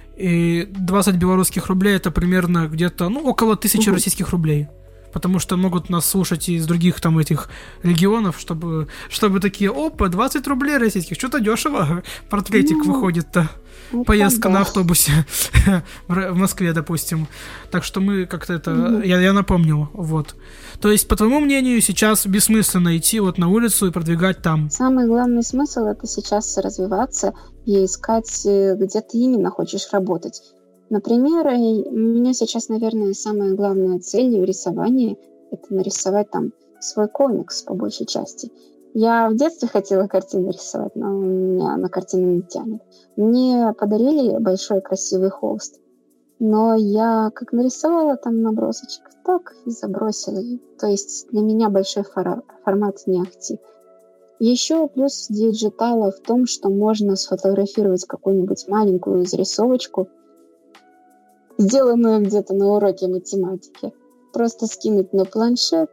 A: и двадцать белорусских рублей это примерно где-то, ну, около тысячи
B: Мгм.
A: российских рублей. Потому что могут нас слушать и из других там этих регионов, чтобы, чтобы такие, опа, двадцать рублей российских, что-то дешево портретик
B: Ну,
A: выходит-то.
B: Это
A: Поездка
B: да.
A: на автобусе в Р- в Москве, допустим. Так что мы как-то это...
B: Мгм.
A: Я, я напомнил, вот. То есть, по твоему мнению, сейчас бессмысленно идти вот на улицу и продвигать там.
B: Самый главный смысл — это сейчас развиваться и искать, э, где ты именно хочешь работать. Например, и у меня сейчас, наверное, самая главная цель в рисовании — это нарисовать там свой комикс по большей части. Я в детстве хотела картины рисовать, но у меня на картины не тянет. Мне подарили большой красивый холст, но я как нарисовала там набросочек, так и забросила. И, то есть для меня большой фора- формат не ахти. Еще плюс диджитала в том, что можно сфотографировать какую-нибудь маленькую зарисовочку, сделанную где-то на уроке математики, просто скинуть на планшет.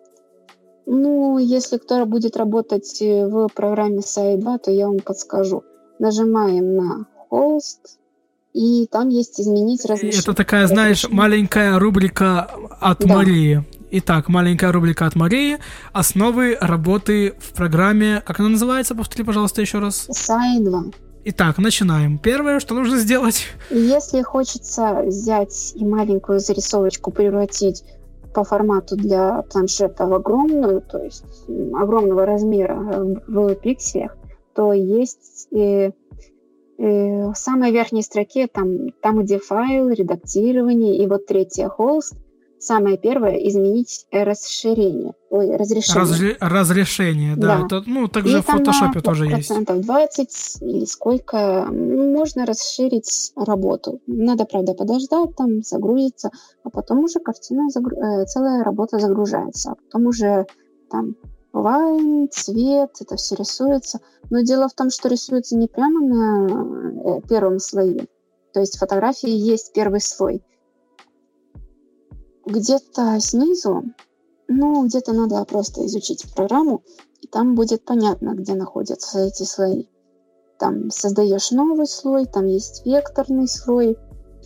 B: Ну, если кто будет работать э, в программе эс ай два, то я вам подскажу. Нажимаем на холст, и там есть изменить разрешение.
A: Это такая, знаешь, маленькая рубрика от
B: Да.
A: Марии. Итак, маленькая рубрика от Марии. Основы работы в программе... Как она называется? Повтори, пожалуйста, еще раз.
B: эс ай два.
A: Итак, начинаем. Первое, что нужно сделать...
B: И если хочется взять и маленькую зарисовочку превратить по формату для планшета в огромную, то есть м, огромного размера э, в пикселях, то есть э, э, в самой верхней строке, там, там, где файл, редактирование, и вот третья холст, самое первое — изменить расширение, ой, разрешение.
A: Разре- разрешение, да.
B: Да.
A: Это, ну, также
B: И
A: в
B: там
A: фотошопе
B: на
A: тоже есть.
B: процентов двадцать или сколько м, можно расширить работу. Надо, правда, подождать, там загрузится, а потом уже картина, загру- э, целая работа загружается, а потом уже там лайн, цвет, это все рисуется. Но дело в том, что рисуется не прямо на э, первом слое. То есть в фотографии есть первый слой. Где-то снизу, ну, где-то надо просто изучить программу, и там будет понятно, где находятся эти слои. Там создаешь новый слой, там есть векторный слой,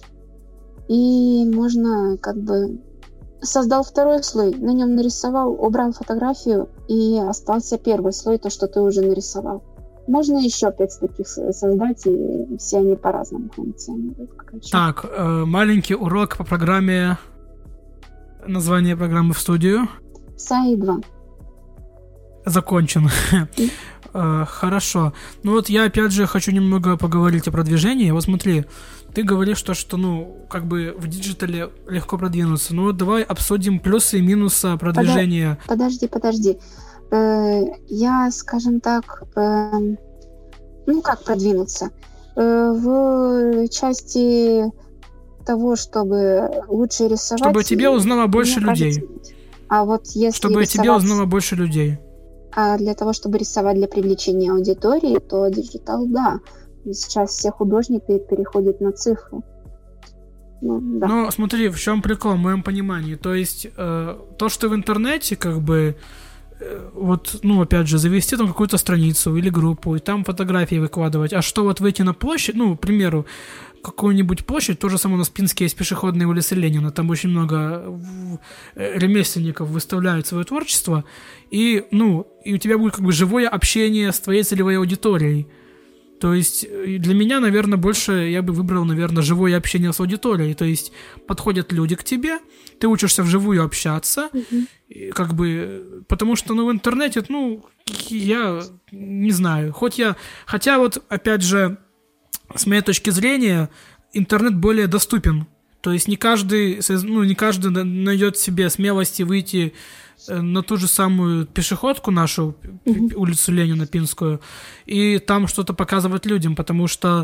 B: и можно как бы... Создал второй слой, на нем нарисовал, убрал фотографию, и остался первый слой, то, что ты уже нарисовал. Можно еще пять таких с- создать, и все они по-разному функционируют. Короче.
A: Так, э, маленький урок по программе... Название программы в студию.
B: эс ай два.
A: Закончен. Э, Хорошо. Ну вот я опять же хочу немного поговорить о продвижении. Вот смотри, ты говоришь то, что, ну, как бы в диджитале легко продвинуться. Ну вот давай обсудим плюсы и минусы продвижения.
B: Подожди, подожди. Э, Я, скажем так, э, ну как продвинуться? Э, В части того, чтобы лучше рисовать...
A: Чтобы тебе узнало больше
B: мне
A: людей.
B: кажется, А вот если
A: Чтобы
B: рисовать...
A: тебя узнало больше людей.
B: А для того, чтобы рисовать для привлечения аудитории, то диджитал, да. Сейчас все художники переходят на цифру. Ну, да.
A: Но смотри, в чем прикол, в моем понимании. То есть, э, то, что в интернете, как бы, э, вот, ну, опять же, завести там какую-то страницу или группу, и там фотографии выкладывать. А что вот выйти на площадь, ну, к примеру, какую-нибудь площадь, то же самое у нас в Пинске есть пешеходные улицы Ленина, там очень много ремесленников выставляют свое творчество, и, ну, и у тебя будет как бы живое общение с твоей целевой аудиторией. То есть для меня, наверное, больше я бы выбрал, наверное, живое общение с аудиторией. То есть подходят люди к тебе, ты учишься вживую общаться,
B: Мгм.
A: и как бы, потому что, ну, в интернете, ну, я не знаю, хоть я, хотя вот, опять же, с моей точки зрения, интернет более доступен. То есть не каждый, ну, не каждый найдет в себе смелости выйти на ту же самую пешеходку нашу,
B: Мгм.
A: улицу Ленина, Пинскую, и там что-то показывать людям, потому что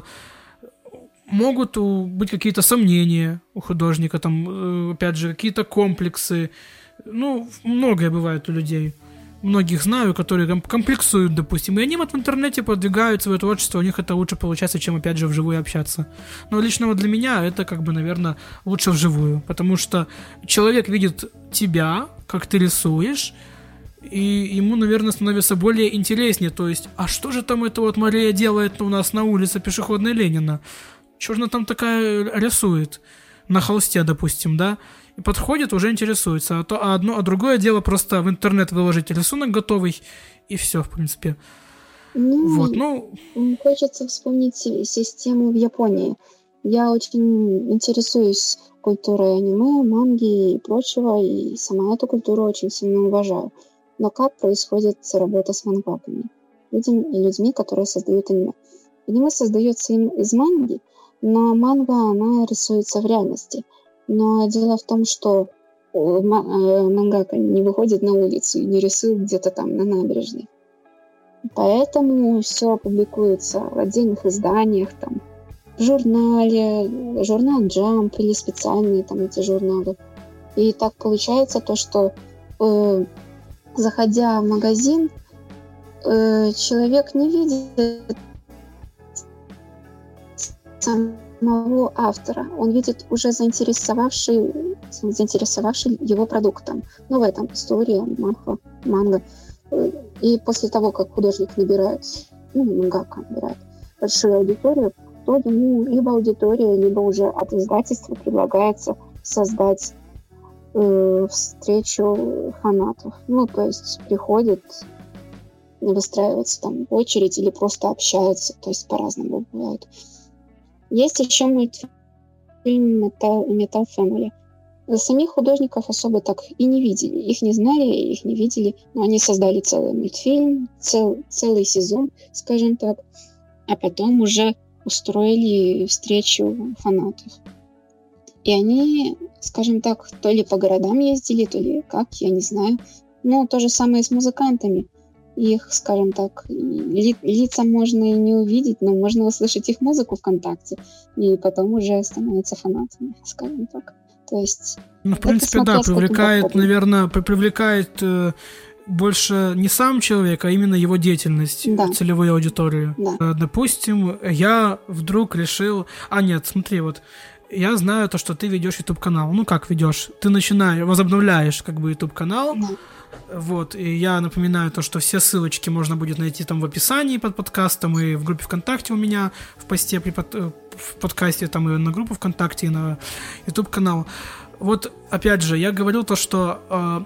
A: могут у- быть какие-то сомнения у художника, там, э, опять же, какие-то комплексы. Ну, многое бывает у людей. Многих знаю, которые ком- комплексуют, допустим, и они вот в интернете продвигают свое творчество, у них это лучше получается, чем, опять же, вживую общаться. Но лично вот для меня это, как бы, наверное, лучше вживую, потому что человек видит тебя, как ты рисуешь, и ему, наверное, становится более интереснее, то есть, а что же там эта вот Мария делает у нас на улице пешеходной Ленина? Что же она там такая рисует на холсте, допустим, да? И подходит, уже интересуется. А, то, а, одно, а другое дело просто в интернет выложить рисунок готовый, и все, в принципе.
B: Ну,
A: Вот, ну,
B: м, хочется вспомнить си- систему в Японии. Я очень интересуюсь культурой аниме, манги и прочего, и сама эту культуру очень сильно уважаю. Но как происходит работа с мангаками? Людям, людьми, которые создают аниме. Аниме создается им из манги, но манга, она рисуется в реальности. Но дело в том, что э, ма- э, мангака не выходит на улицу и не рисует где-то там на набережной. Поэтому все публикуется в отдельных изданиях, там, в журнале, журнал Jump или специальные там эти журналы. И так получается то, что э, заходя в магазин, э, человек не видит самого автора, он видит уже заинтересовавший, заинтересовавший его продуктом. Новая там история, манхва, манга. Э, И после того, как художник набирает, ну, мангака набирает большую аудиторию, то ему либо аудитория, либо уже от издательства предлагается создать э, встречу фанатов. Ну, то есть приходит, выстраивается там очередь или просто общаются, то есть по-разному бывает. Есть еще мультфильм Metal, Metal Family. Самих художников особо так и не видели. Их не знали, их не видели, но они создали целый мультфильм, цел, целый сезон, скажем так, а потом уже устроили встречу фанатов. И они, скажем так, то ли по городам ездили, то ли как, я не знаю. Но то же самое с музыкантами. Их, скажем так, ли, лица можно и не увидеть, но можно услышать их музыку ВКонтакте, и потом уже становятся фанатами, скажем так. То есть...
A: ну, в принципе, да, привлекает, наверное, привлекает э, больше не сам человек, а именно его деятельность,
B: да.
A: целевую аудиторию.
B: Да.
A: Э, допустим, я вдруг решил... А, нет, смотри, вот, я знаю то, что ты ведешь YouTube-канал. Ну, как ведешь? Ты начинаешь, возобновляешь, как бы, YouTube-канал.
B: Да.
A: Вот, и я напоминаю то, что все ссылочки можно будет найти там в описании под подкастом и в группе ВКонтакте у меня в посте при под, в подкасте, там и на группу ВКонтакте, и на YouTube-канал. Вот, опять же, я говорил то, что э,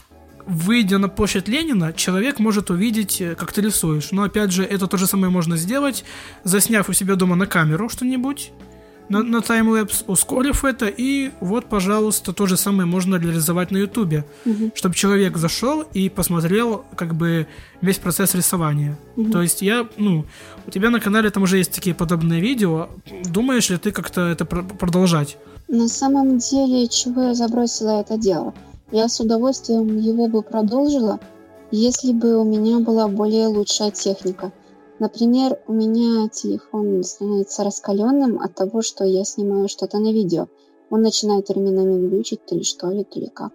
A: выйдя на площадь Ленина, человек может увидеть, как ты рисуешь. Но, опять же, это то же самое можно сделать, засняв у себя дома на камеру что-нибудь, на, на таймлэпс, ускорив это, и вот, пожалуйста, то же самое можно реализовать на Ютубе,
B: угу.
A: чтобы человек зашел и посмотрел, как бы, весь процесс рисования.
B: Угу.
A: То есть я, ну, у тебя на канале там уже есть такие подобные видео, думаешь ли ты как-то это пр- продолжать?
B: На самом деле, чего я забросила это дело? Я с удовольствием его бы продолжила, если бы у меня была более лучшая техника. Например, у меня телефон становится раскаленным от того, что я снимаю что-то на видео. Он начинает временами глючить, то ли что ли, то ли как.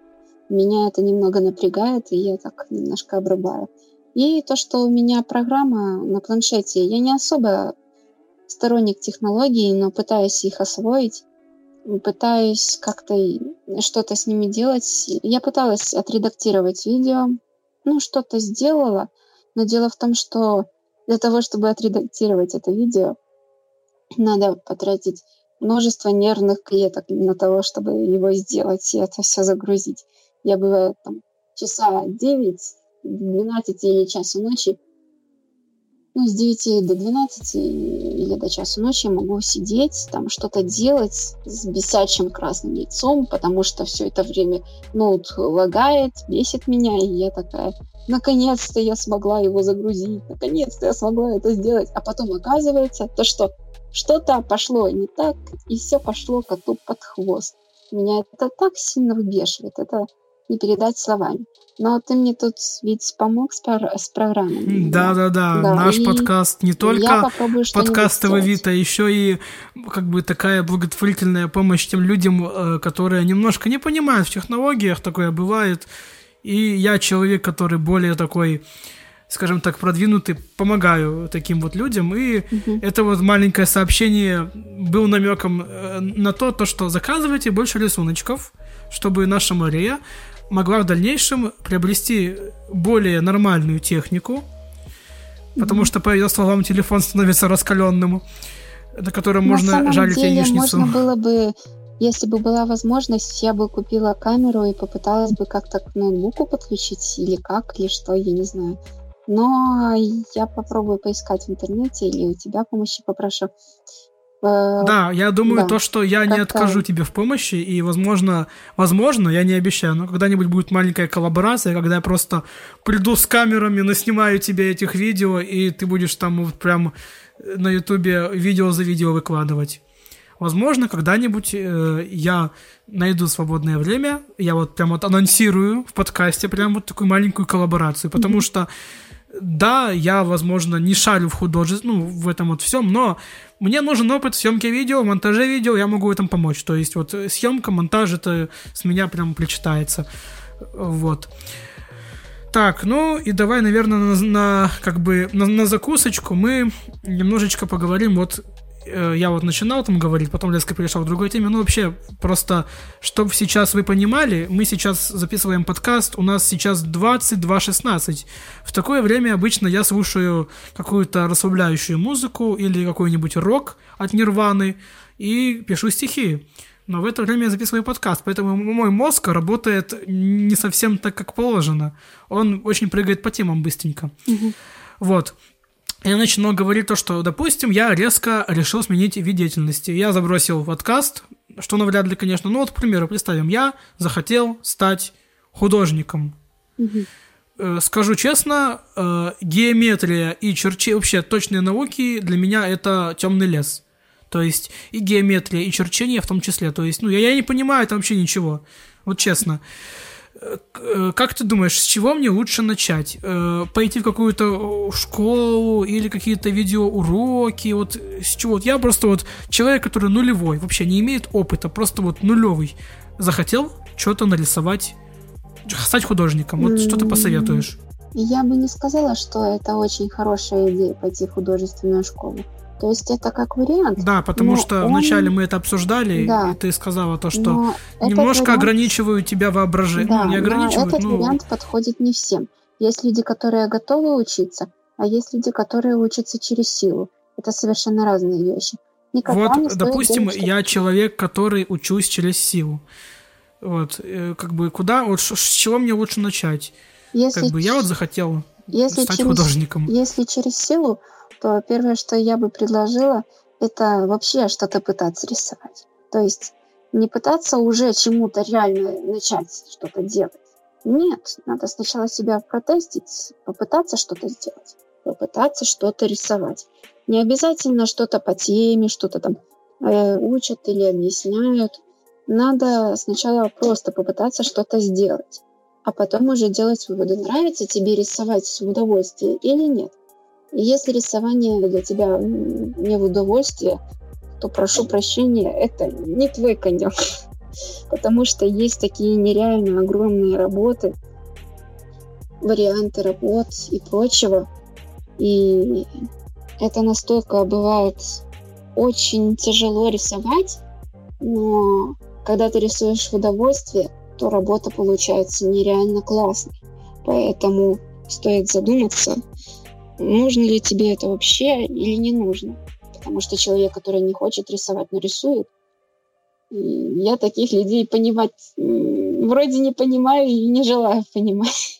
B: Меня это немного напрягает, и я так немножко обрубаю. И то, что у меня программа на планшете, я не особо сторонник технологий, но пытаюсь их освоить, пытаюсь как-то что-то с ними делать. Я пыталась отредактировать видео, ну, что-то сделала, но дело в том, что для того, чтобы отредактировать это видео, надо потратить множество нервных клеток на того, чтобы его сделать и это все загрузить. Я бываю там часа девять, двенадцать или часу ночи, ну, с девяти до двенадцати или до часу ночи могу сидеть, там что-то делать с бесячим красным лицом, потому что все это время ноут лагает, бесит меня, и я такая, наконец-то я смогла его загрузить, наконец-то я смогла это сделать. А потом оказывается, то что что-то пошло не так, и все пошло коту под хвост. Меня это так сильно выбешивает, это не передать словами. Но ты мне тут ведь помог с, пар- с программой.
A: Да-да-да,
B: да,
A: наш подкаст не только подкастовый вид, а еще и как бы такая благотворительная помощь тем людям, которые немножко не понимают в технологиях, такое бывает. И я человек, который более такой, скажем так, продвинутый, помогаю таким вот людям. И uh-huh. это вот маленькое сообщение было намеком на то, то, что заказывайте больше рисуночков, чтобы наша Мария могла в дальнейшем приобрести более нормальную технику, mm-hmm. потому что, по ее словам, телефон становится раскаленным, на котором на можно жарить
B: деле,
A: яичницу.
B: Можно было бы, если бы была возможность, я бы купила камеру и попыталась бы как-то к ноутбуку подключить, или как, или что, я не знаю. Но я попробую поискать в интернете, или у тебя помощи попрошу.
A: Да, я думаю, да. то, что я как не откажу тебе в помощи, и, возможно, возможно, я не обещаю, но когда-нибудь будет маленькая коллаборация, когда я просто приду с камерами, наснимаю тебе этих видео, и ты будешь там вот прям на Ютубе видео за видео выкладывать. Возможно, когда-нибудь э, я найду свободное время, я вот прям вот анонсирую в подкасте прям вот такую маленькую коллаборацию, потому mm-hmm. что да, я, возможно, не шарю в художестве, ну, в этом вот всем, но мне нужен опыт съемки видео, монтажа видео, я могу в этом помочь. То есть вот съемка, монтаж, это с меня прям причитается. Вот. Так, ну и давай, наверное, на, на как бы на, на закусочку мы немножечко поговорим вот. Я вот начинал там говорить, потом резко перешел к другой теме. Ну, вообще, просто, чтобы сейчас вы понимали, мы сейчас записываем подкаст, у нас сейчас двадцать два шестнадцать. В такое время обычно я слушаю какую-то расслабляющую музыку или какой-нибудь рок от Нирваны и пишу стихи. Но в это время я записываю подкаст, поэтому мой мозг работает не совсем так, как положено. Он очень прыгает по темам быстренько. Mm-hmm. Вот. Я начну говорить то, что, допустим, я резко решил сменить вид деятельности. Я забросил подкаст, что навряд ли, конечно. Ну вот, к примеру, представим, я захотел стать художником. Mm-hmm. Скажу честно, геометрия и черчи, вообще точные науки для меня это темный лес. То есть и геометрия, и черчение в том числе. То есть, ну, я, я не понимаю там вообще ничего. Вот честно. Как ты думаешь, с чего мне лучше начать? Пойти в какую-то школу или какие-то видеоуроки? Вот с чего? Вот я просто вот человек, который нулевой, вообще не имеет опыта, просто вот нулевый. Захотел что-то нарисовать, стать художником. Вот что ты посоветуешь?
B: Я бы не сказала, что это очень хорошая идея пойти в художественную школу. То есть это как вариант.
A: Да, потому что он... вначале мы это обсуждали, да. и ты сказала то, что но немножко вариант... ограничивают тебя воображение.
B: Да,
A: ну, не ограничивают,
B: но этот
A: ну...
B: вариант подходит не всем. Есть люди, которые готовы учиться, а есть люди, которые учатся через силу. Это совершенно разные вещи.
A: Никогда вот, допустим, делать, я человек, который учусь через силу. Вот, как бы куда, вот с чего мне лучше начать? Если как бы я вот захотел если стать
B: через,
A: художником.
B: Если через силу, то первое, что я бы предложила, это вообще что-то пытаться рисовать. То есть не пытаться уже чему-то реально начать что-то делать. Нет, надо сначала себя протестить, попытаться что-то сделать, попытаться что-то рисовать. Не обязательно что-то по теме, что-то там э, учат или объясняют. Надо сначала просто попытаться что-то сделать, а потом уже делать выводы, нравится тебе рисовать в удовольствие или нет. И если рисование для тебя не в удовольствие, то прошу прощения, это не твой конек. Потому что есть такие нереально огромные работы, варианты работ и прочего. И это настолько бывает очень тяжело рисовать, но когда ты рисуешь в удовольствие, то работа получается нереально классной. Поэтому стоит задуматься, нужно ли тебе это вообще или не нужно. Потому что человек, который не хочет рисовать, но рисует, и я таких людей понимать вроде не понимаю и не желаю понимать.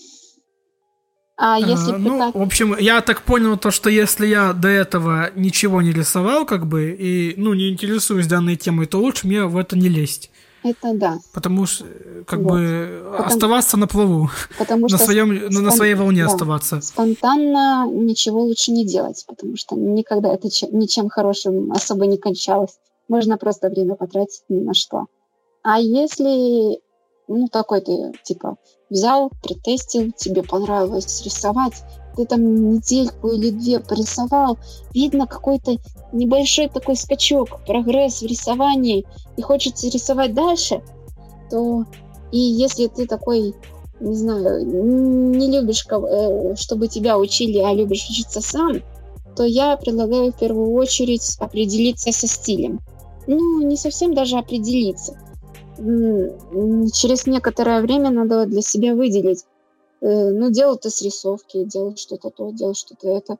A: А если а, ну, так... в общем, я так понял то, что если я до этого ничего не рисовал, как бы, и, ну, не интересуюсь данной темой, то лучше мне в это не лезть.
B: Это да.
A: Потому что, как вот. бы, Потому... оставаться на плаву, потому на,
B: что
A: своем,
B: спон...
A: на своей волне
B: да.
A: оставаться.
B: Спонтанно ничего лучше не делать, потому что никогда это ч... ничем хорошим особо не кончалось. Можно просто время потратить ни на что. А если, ну, такой ты, типа, взял, притестил, тебе понравилось рисовать, ты там недельку или две порисовал, видно какой-то небольшой такой скачок, прогресс в рисовании, и хочется рисовать дальше, то и если ты такой, не знаю, не любишь, чтобы тебя учили, а любишь учиться сам, то я предлагаю в первую очередь определиться со стилем. Ну, не совсем даже определиться. Через некоторое время надо для себя выделить. Ну, делал ты срисовки, делал что-то то, делал что-то это.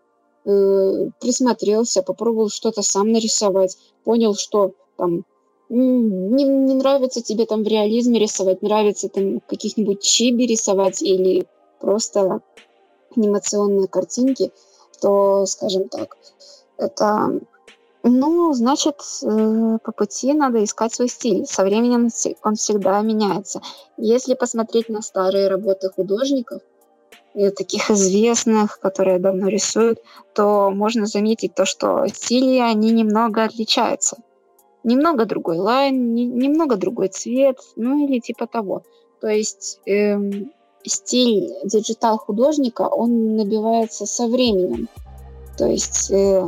B: Присмотрелся, попробовал что-то сам нарисовать. Понял, что там не, не нравится тебе там в реализме рисовать, нравится там каких-нибудь чиби рисовать или просто анимационные картинки, то, скажем так, это... Ну, значит, по пути надо искать свой стиль. Со временем он всегда меняется. Если посмотреть на старые работы художников, таких известных, которые давно рисуют, то можно заметить то, что стили, они немного отличаются. Немного другой лайн, немного другой цвет, ну или типа того. То есть эм, стиль диджитал-художника, он набивается со временем. То есть... Э,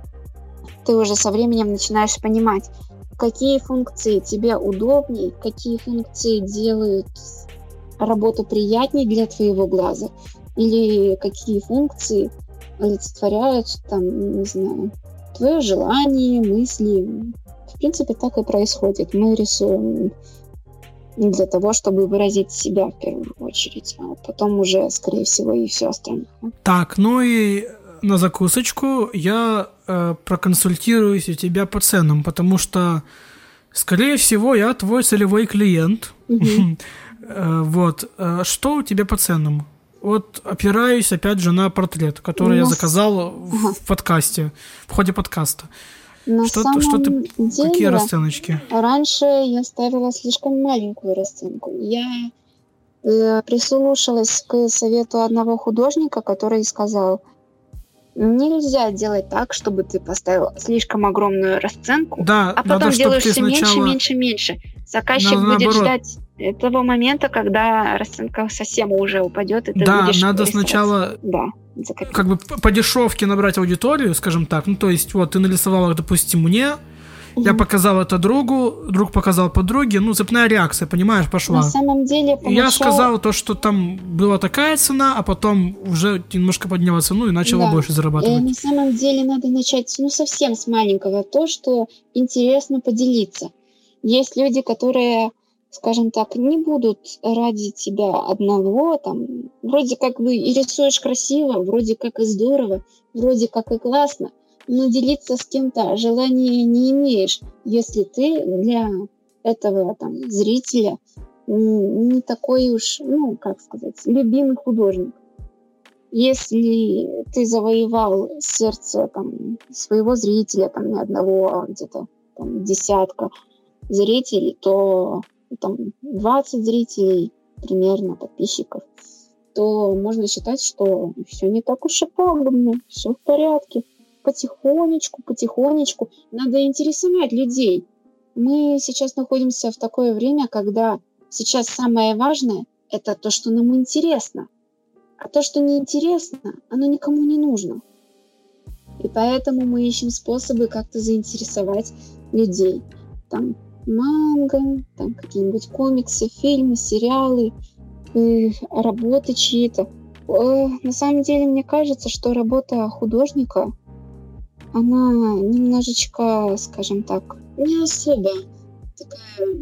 B: ты уже со временем начинаешь понимать, какие функции тебе удобнее, какие функции делают работу приятнее для твоего глаза, или какие функции олицетворяют, там, не знаю, твое желание, мысли. В принципе, так и происходит. Мы рисуем для того, чтобы выразить себя в первую очередь, а потом уже, скорее всего, и все остальное.
A: Так, ну и... На закусочку я э, проконсультируюсь у тебя по ценам, потому что, скорее всего, я твой целевой клиент. Mm-hmm. э, вот. Э, что у тебя по ценам? Вот опираюсь, опять же, на портрет, который mm-hmm. я заказал в, в подкасте, в ходе подкаста.
B: На
A: что,
B: самом
A: что ты,
B: деле,
A: какие расценочки?
B: Раньше я ставила слишком маленькую расценку. Я э, прислушалась к совету одного художника, который сказал... Нельзя делать так, чтобы ты поставил слишком огромную расценку,
A: да,
B: а потом
A: надо,
B: делаешь все
A: сначала...
B: меньше, меньше, меньше. Заказчик
A: надо
B: будет
A: наоборот.
B: ждать того момента, когда расценка совсем уже упадет, и ты
A: да,
B: будешь
A: надо
B: рисовать.
A: сначала
B: да,
A: как бы по дешевке набрать аудиторию, скажем так. Ну, то есть, вот, ты нарисовала, допустим, мне, я показал это другу, друг показал подруге, ну, цепная реакция, понимаешь, пошла.
B: На самом деле, поначалу...
A: Я сказал то, что там была такая цена, а потом уже немножко подняла цену и начала
B: да.
A: больше зарабатывать.
B: И на самом деле надо начать, ну, совсем с маленького, то, что интересно поделиться. Есть люди, которые, скажем так, не будут ради тебя одного, там, вроде как бы и рисуешь красиво, вроде как и здорово, вроде как и классно, но делиться с кем-то желания не имеешь, если ты для этого там, зрителя не такой уж, ну, как сказать, любимый художник. Если ты завоевал сердце там, своего зрителя, там, не одного, а где-то там, десятка зрителей, то там, двадцать зрителей примерно, подписчиков, то можно считать, что все не так уж и пагубно, все в порядке. Потихонечку, потихонечку. Надо интересовать людей. Мы сейчас находимся в такое время, когда сейчас самое важное – это то, что нам интересно. А то, что неинтересно, оно никому не нужно. И поэтому мы ищем способы как-то заинтересовать людей. Там, манго, там какие-нибудь комиксы, фильмы, сериалы, э, работы чьи-то. Э, на самом деле, мне кажется, что работа художника, она немножечко, скажем так, не особо такая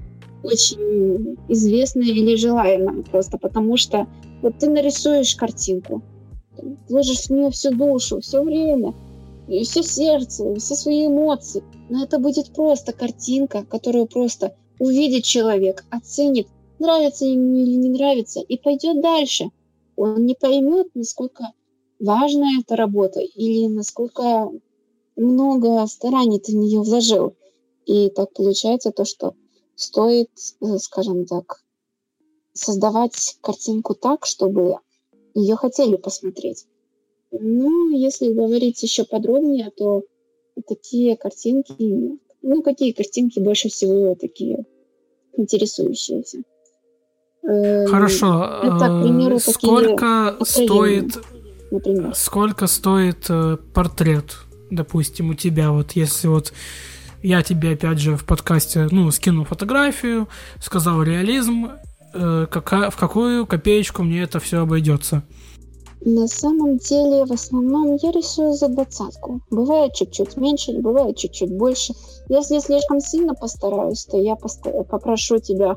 B: очень известная или желаемая, просто потому что вот ты нарисуешь картинку, вложишь в нее всю душу, все время, и все сердце, все свои эмоции, но это будет просто картинка, которую просто увидит человек, оценит, нравится ему или не нравится, и пойдет дальше. Он не поймет, насколько важна эта работа или насколько много стараний ты в нее вложил. И так получается то, что стоит, скажем так, создавать картинку так, чтобы ее хотели посмотреть. Ну, если говорить еще подробнее, то такие картинки, ну, какие картинки больше всего такие интересующиеся?
A: Хорошо.
B: Это, к примеру,
A: сколько стоит,
B: например.
A: сколько стоит портрет, допустим, у тебя? Вот если вот я тебе опять же в подкасте, ну, скину фотографию, сказал реализм, э, какая, в какую копеечку мне это все обойдется?
B: На самом деле, в основном я рисую за двадцатку. Бывает чуть-чуть меньше, бывает чуть-чуть больше. Если слишком сильно постараюсь, то я поста- попрошу тебя,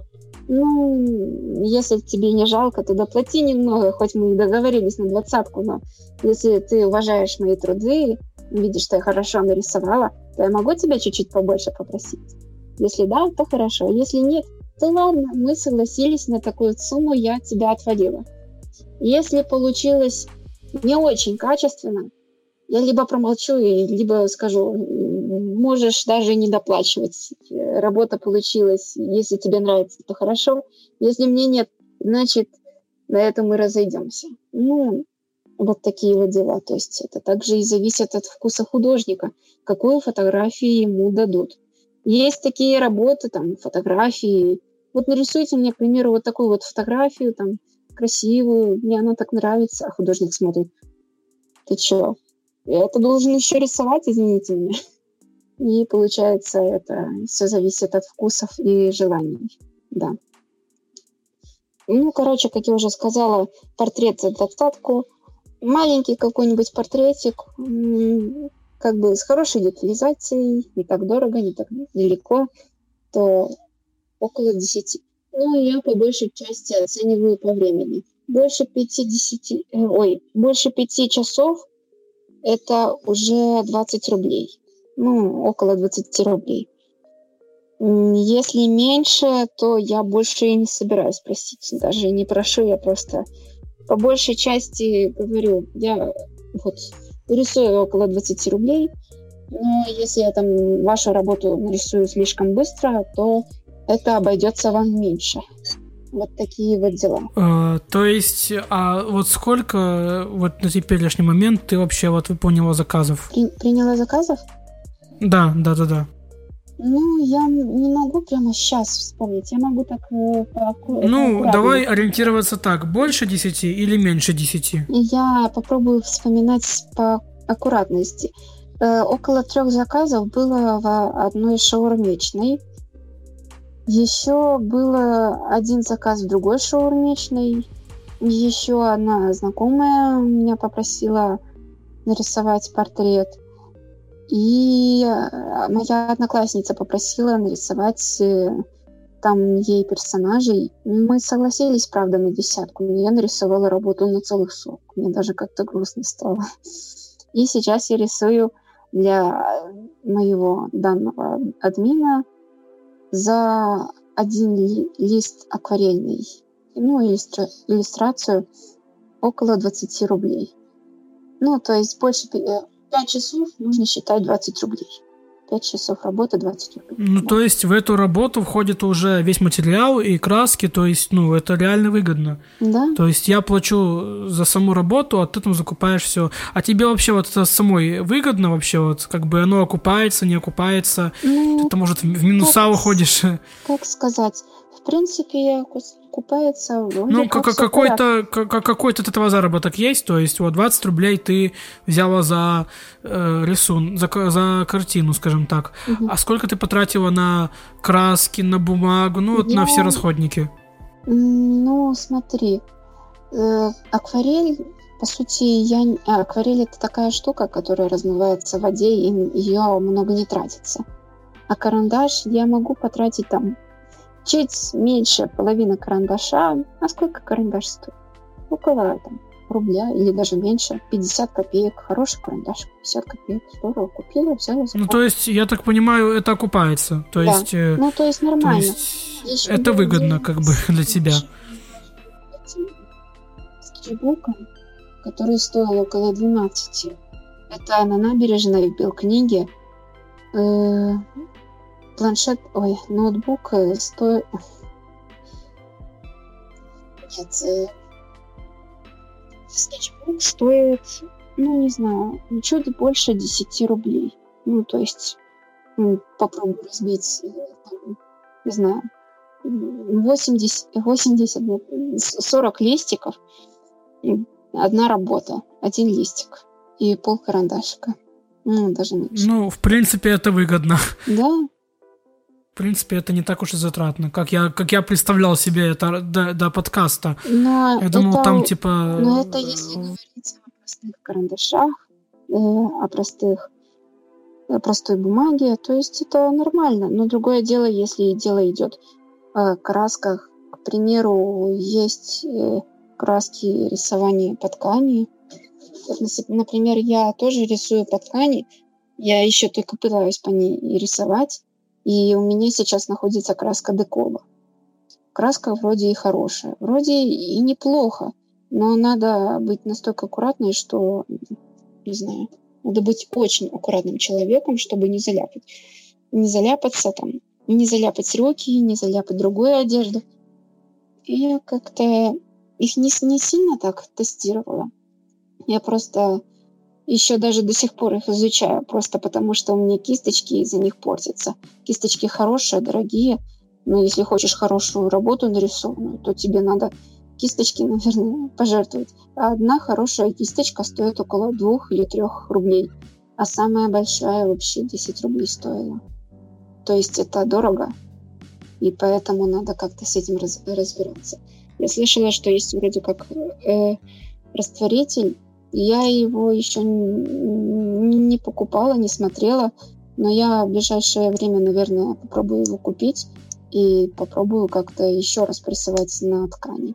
B: ну, если тебе не жалко, то доплати немного, хоть мы и договорились на двадцатку, но если ты уважаешь мои труды, видишь, что я хорошо нарисовала, то я могу тебя чуть-чуть побольше попросить. Если да, то хорошо. Если нет, то ладно, мы согласились на такую сумму, я тебя отвалила. Если получилось не очень качественно, я либо промолчу, либо скажу, можешь даже не доплачивать. Работа получилась, если тебе нравится, то хорошо. Если мне нет, значит, на этом мы разойдемся. Ну, вот такие вот дела. То есть это также и зависит от вкуса художника, какую фотографию ему дадут. Есть такие работы, там, фотографии. Вот нарисуйте мне, к примеру, вот такую вот фотографию, там, красивую, мне она так нравится, а художник смотрит, ты чё? Я это должен еще рисовать, извините меня. И получается, это все зависит от вкусов и желаний, да. Ну, короче, как я уже сказала, портрет за двадцатку, маленький какой-нибудь портретик, как бы с хорошей детализацией, не так дорого, не так далеко, то около десяти. Ну, я по большей части оцениваю по времени. Больше пятидесяти, э, ой, больше пяти часов это уже двадцать рублей. Ну, около двадцати рублей. Если меньше, то я больше и не собираюсь просить. Даже не прошу, я просто по большей части говорю, я вот рисую около двадцати рублей, но если я там вашу работу нарисую слишком быстро, то это обойдется вам меньше. Вот такие вот дела.
A: А, то есть, а вот сколько вот на теперешний момент ты вообще вот выполнила заказов?
B: При, приняла заказов?
A: Да, да, да, да.
B: Ну, я не могу прямо сейчас вспомнить. Я могу так э, по
A: Ну, по давай ориентироваться так. Больше десяти или меньше десяти?
B: Я попробую вспоминать по аккуратности. Э, около трех заказов было в одной шаурмечной. Еще было один заказ в другой шаурмечной. Еще одна знакомая меня попросила нарисовать портрет. И моя одноклассница попросила нарисовать там ей персонажей. Мы согласились, правда, на десятку, но я нарисовала работу на целых сорок. Мне даже как-то грустно стало. И сейчас я рисую для моего данного админа за один ли, лист акварельный, ну, иллюстра, иллюстрацию около двадцати рублей. Ну, то есть больше пять часов нужно считать двадцать рублей. пять часов работы двадцать рублей.
A: Ну, да. То есть в эту работу входит уже весь материал и краски, то есть, ну, это реально выгодно.
B: Да.
A: То есть я плачу за саму работу, а ты там закупаешь все. А тебе вообще вот это самой выгодно вообще, вот, как бы оно окупается, не окупается? Ну, ты там, может, в минуса
B: как,
A: уходишь?
B: Как сказать? В принципе, купается вроде
A: Ну,
B: как
A: как,
B: всё в
A: какой-то,
B: порядке.
A: как, какой-то от этого заработок есть, то есть вот двадцать рублей ты взяла за э, рисун, за, за картину, скажем так.
B: Мгм.
A: А сколько ты потратила на краски, на бумагу, ну вот на все
B: Я,
A: расходники?
B: м, ну, смотри, э, акварель, по сути, я... н- а, акварель это такая штука, которая размывается в воде, и ее много не тратится. А карандаш я могу потратить там чуть меньше половины карандаша. А сколько карандаш стоит? Около там, рубля или даже меньше. пятьдесят копеек. Хороший карандаш. пятьдесят копеек. Здорово. Купили, взяли,
A: Ну, то
B: заплатили.
A: есть, я так понимаю, это окупается. То
B: Да.
A: есть, э,
B: Ну, то есть
A: то
B: нормально.
A: есть
B: Еще
A: это
B: был
A: выгодно
B: день
A: как бы
B: с
A: для тебя.
B: этим скетчбуком, который стоил около двенадцати. Это на набережной в Белкниге. Э, Планшет, ой, ноутбук э, стоит... Нет, э, скетчбук стоит, ну, не знаю, чуть больше десяти рублей. Ну, то есть, м, попробуй разбить, э, там, не знаю, м, восемьдесят, восемьдесят, нет, с- сорок листиков, и одна работа, один листик и пол карандашика. Ну, даже меньше.
A: Ну, в принципе, это выгодно.
B: Да,
A: В принципе, это не так уж и затратно, как я, как я представлял себе это до, до подкаста.
B: но
A: Я думал, там
B: это,
A: типа...
B: но это если
A: э,
B: говорить о простых карандашах, э, о простых э, простой бумаге, то есть это нормально. Но другое дело, если дело идет о красках. К примеру, есть э, краски рисования по ткани. Вот, наси- например, я тоже рисую по ткани. Я еще только пытаюсь по ней и рисовать. И у меня сейчас находится краска Декоба. Краска вроде и хорошая, вроде и неплохо, но надо быть настолько аккуратной, что, не знаю, надо быть очень аккуратным человеком, чтобы не заляпать. Не заляпаться там, не заляпать руки, не заляпать другую одежду. И я как-то их не, с- не сильно так тестировала. Я просто еще даже до сих пор их изучаю, просто потому что у меня кисточки из-за них портятся. Кисточки хорошие, дорогие, но если хочешь хорошую работу нарисованную, то тебе надо кисточки, наверное, пожертвовать. А одна хорошая кисточка стоит около двух или трех рублей, а самая большая вообще десять рублей стоила. То есть это дорого, и поэтому надо как-то с этим раз- разбираться. Я слышала, что есть вроде как э, растворитель. Я его еще не покупала, не смотрела, но я в ближайшее время, наверное, попробую его купить и попробую как-то еще раз прессовать на ткани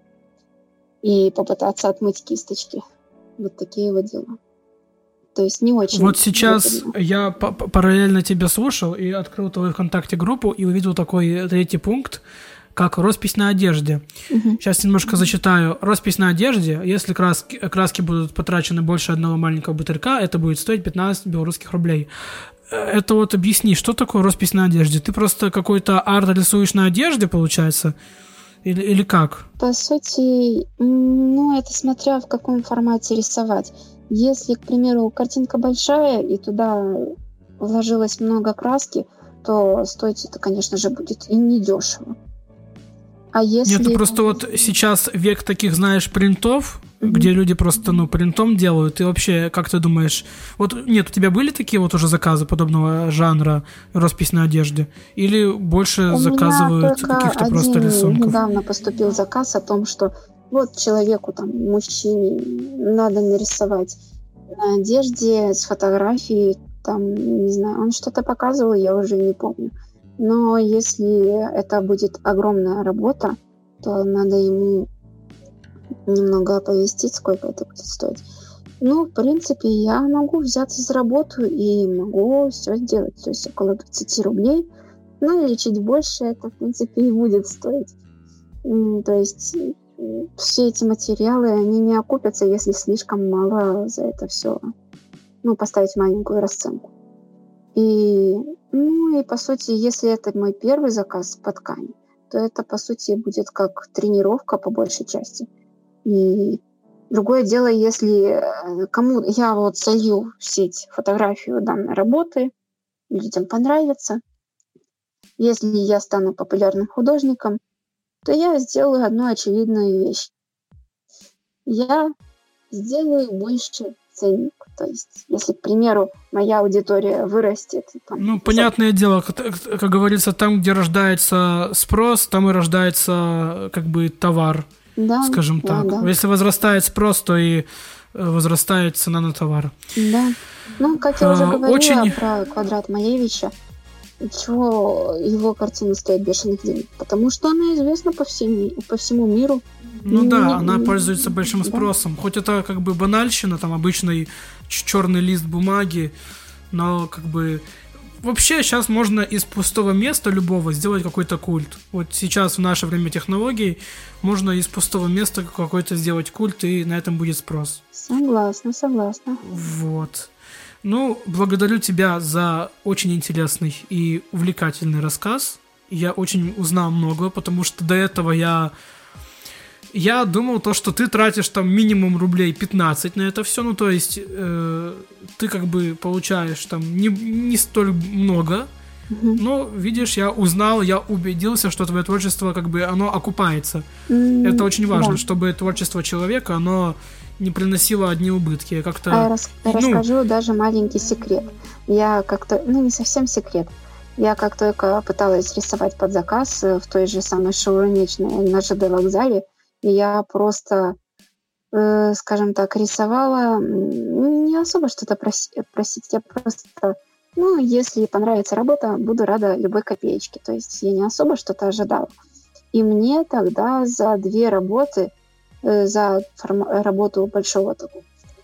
B: и попытаться отмыть кисточки. Вот такие вот дела. То есть не очень
A: Вот сейчас
B: выгодно.
A: я п- п- параллельно тебя слушал и открыл твою ВКонтакте группу и увидел такой третий пункт, как роспись на одежде.
B: Мгм.
A: Сейчас немножко зачитаю. Роспись на одежде. Если краски, краски будут потрачены больше одного маленького бутылька, это будет стоить пятнадцать белорусских рублей. Э, Это вот объясни, что такое роспись на одежде? Ты просто какой-то арт рисуешь на одежде, получается? Или, или как?
B: По сути, м, ну, это смотря в каком формате рисовать. Если, к примеру, картинка большая и туда вложилось много краски, то стоить это, конечно же, будет и недешево. А
A: Нет, ну
B: если...
A: просто вот сейчас век таких, знаешь, принтов,
B: Мгм.
A: где люди просто, ну, принтом делают. И вообще, как ты думаешь, вот нет, у тебя были такие вот уже заказы подобного жанра, роспись на одежде? Или больше
B: У меня
A: заказывают
B: только
A: каких-то просто
B: один
A: рисунков?
B: недавно поступил заказ о том, что вот человеку, там, мужчине, надо нарисовать на одежде с фотографией, там, не знаю, он что-то показывал, я уже не помню. Но если это будет огромная работа, то надо ему немного оповестить, сколько это будет стоить. Ну, в принципе, я могу взяться за работу и могу все сделать. То есть около двадцати рублей, ну или чуть больше, это, в принципе, и будет стоить. М, То есть м, все эти материалы, они не окупятся, если слишком мало за это все, ну, поставить маленькую расценку. И, ну, и по сути, если это мой первый заказ по ткани, то это, по сути, будет как тренировка по большей части. И другое дело, если э, кому я вот солью в сеть фотографию данной работы, людям понравится, если я стану популярным художником, то я сделаю одну очевидную вещь. Я сделаю больше ценник. То есть, если, к примеру, моя аудитория вырастет... Там,
A: ну, понятное дело, как, как говорится, там, где рождается спрос, там и рождается, как бы, товар,
B: да,
A: скажем
B: да,
A: так.
B: Да.
A: Если возрастает спрос, то и возрастает цена на товар.
B: Да. Ну, как я уже
A: а,
B: говорила
A: очень...
B: про квадрат Малевича, чего его картина стоит бешеных денег? Потому что она известна по, всем, по всему миру.
A: Ну
B: не,
A: да,
B: не,
A: она
B: не,
A: пользуется большим спросом. Да. Хоть это как бы банальщина, там обычный черный лист бумаги, но как бы... Вообще сейчас можно из пустого места любого сделать какой-то культ. Вот сейчас в наше время технологий можно из пустого места какой-то сделать культ, и на этом будет спрос.
B: Согласна, согласна.
A: Вот. Ну, благодарю тебя за очень интересный и увлекательный рассказ. Я очень узнал много, потому что до этого я... Я думал то, что ты тратишь там минимум рублей пятнадцать на это все, ну то есть э, ты как бы получаешь там не, не столь много, mm-hmm. но видишь, я узнал, я убедился, что твое творчество как бы оно окупается. Mm-hmm. Это очень важно, да. Чтобы творчество человека, оно не приносило одни убытки. Как-то,
B: а я рас- ну... расскажу даже маленький секрет. Я как-то, ну не совсем секрет, я как только пыталась рисовать под заказ в той же самой Шаурмичной на ЖД вокзале, и я просто, э, скажем так, рисовала, не особо что-то проси- просить, я просто, ну, если понравится работа, буду рада любой копеечке, то есть я не особо что-то ожидала. И мне тогда за две работы, э, за форм- работу большого такого,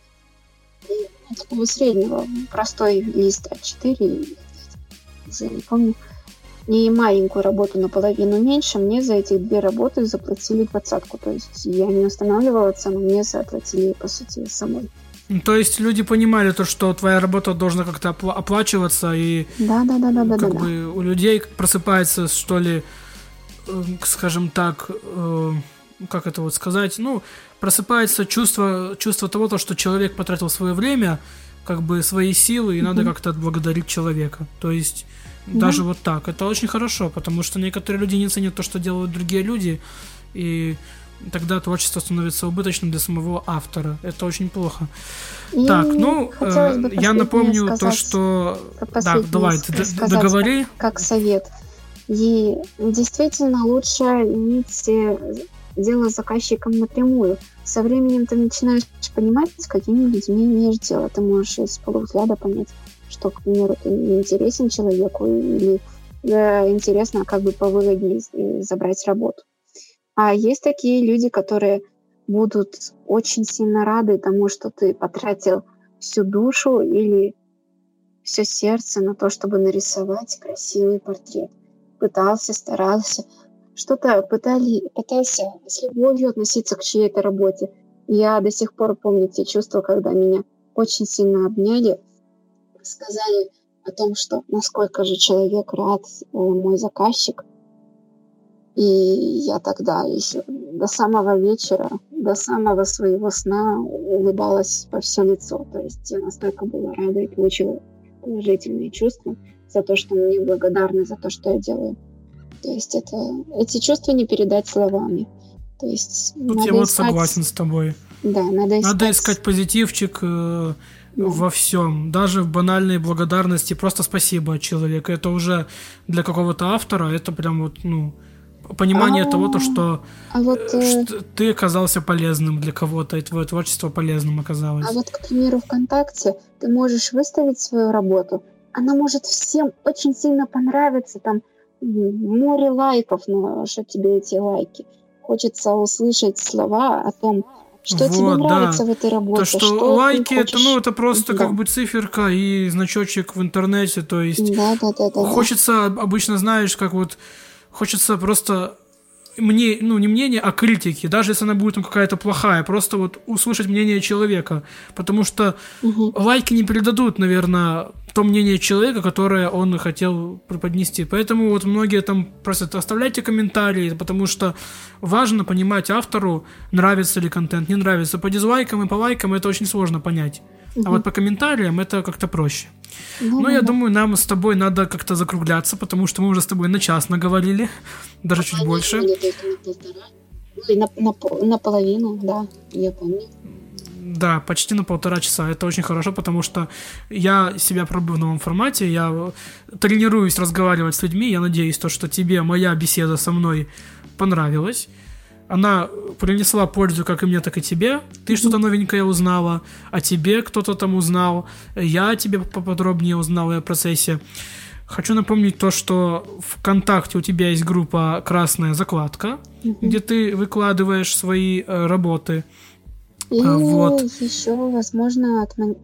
B: такого среднего, простой лист а четыре, уже не помню, и маленькую работу наполовину меньше, мне за эти две работы заплатили двадцатку. То есть я не устанавливала цену, мне заплатили, по сути, самой.
A: То есть люди понимали то, что твоя работа должна как-то опла- оплачиваться, и
B: да, да, да, да, да,
A: как
B: да,
A: бы
B: да.
A: у людей просыпается, что ли, э, скажем так, э, как это вот сказать, ну, просыпается чувство, чувство того, то, что человек потратил свое время, как бы свои силы, и mm-hmm. надо как-то отблагодарить человека. То есть даже да. вот так. Это очень хорошо, потому что некоторые люди не ценят то, что делают другие люди, и тогда творчество становится убыточным для самого автора. Это очень плохо. И так, ну, э, я напомню то, что... Да, давай, ты договори.
B: Как, как совет. И действительно лучше иметь дело с заказчиком напрямую. Со временем ты начинаешь понимать, с какими людьми имеешь дело. Ты можешь из полувзгляда понять, что, к примеру, ты интересен человеку или э, интересно как бы повыгоднее забрать работу. А есть такие люди, которые будут очень сильно рады тому, что ты потратил всю душу или все сердце на то, чтобы нарисовать красивый портрет. Пытался, старался, что-то пытали, пытался с любовью относиться к чьей-то работе. Я до сих пор помню те чувства, когда меня очень сильно обняли, сказали о том, что насколько же человек рад, мой заказчик. И я тогда еще до самого вечера, до самого своего сна улыбалась во все лицо. То есть я настолько была рада и получила положительные чувства за то, что мне благодарны за то, что я делаю. То есть это, эти чувства не передать словами. То есть
A: тут я вот искать... согласен с тобой.
B: Да, надо искать...
A: Надо искать позитивчик э, да. во всем, даже в банальной благодарности, просто спасибо от человека. Это уже для какого-то автора, это прям вот, ну, понимание а, того, то, что,
B: а вот, э,
A: что ты оказался полезным для кого-то, и твое творчество полезным оказалось.
B: А вот, к примеру, ВКонтакте ты можешь выставить свою работу, она может всем очень сильно понравиться, там море лайков, но что тебе эти лайки? Хочется услышать слова о том, что вот, тебе нравится
A: да.
B: в этой работе.
A: То, что, что лайки, это, ну, это просто да. как бы циферка и значочек в интернете, то есть
B: да, да, да, да,
A: хочется
B: да.
A: обычно, знаешь, как вот хочется просто мне, ну, не мнение, а критики, даже если она будет там какая-то плохая, просто вот услышать мнение человека, потому что угу. лайки не передадут, наверное, то мнение человека, которое он хотел преподнести. Поэтому вот многие там просят, оставляйте комментарии, потому что важно понимать автору, нравится ли контент, не нравится. По дизлайкам и по лайкам это очень сложно понять. А вот по комментариям это как-то проще. Ну, ну я да. думаю, нам с тобой надо как-то закругляться, потому что мы уже с тобой на час наговорили, даже чуть а больше.
B: На полтора. Ну, на, на, наполовину, да, я помню.
A: Да, почти на полтора часа. Это очень хорошо, потому что я себя пробую в новом формате, я тренируюсь разговаривать с людьми, я надеюсь, то, что тебе моя беседа со мной понравилась. Она принесла пользу как и мне, так и тебе. Ты mm-hmm. что-то новенькое узнала, а тебе кто-то там узнал. Я о тебе поподробнее узнал и о процессе. Хочу напомнить то, что ВКонтакте у тебя есть группа «Красная закладка», mm-hmm. где ты выкладываешь свои э, работы.
B: И вот. еще, возможно, отмон...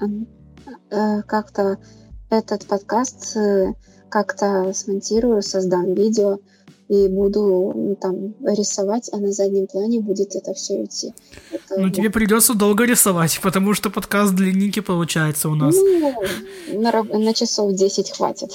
B: э, как-то этот подкаст э, как-то смонтирую, создам видео и буду ну, там рисовать, а на заднем плане будет это все идти. Это,
A: ну, да. тебе придется долго рисовать, потому что подкаст длинненький получается у нас.
B: Ну, на, на часов десять хватит.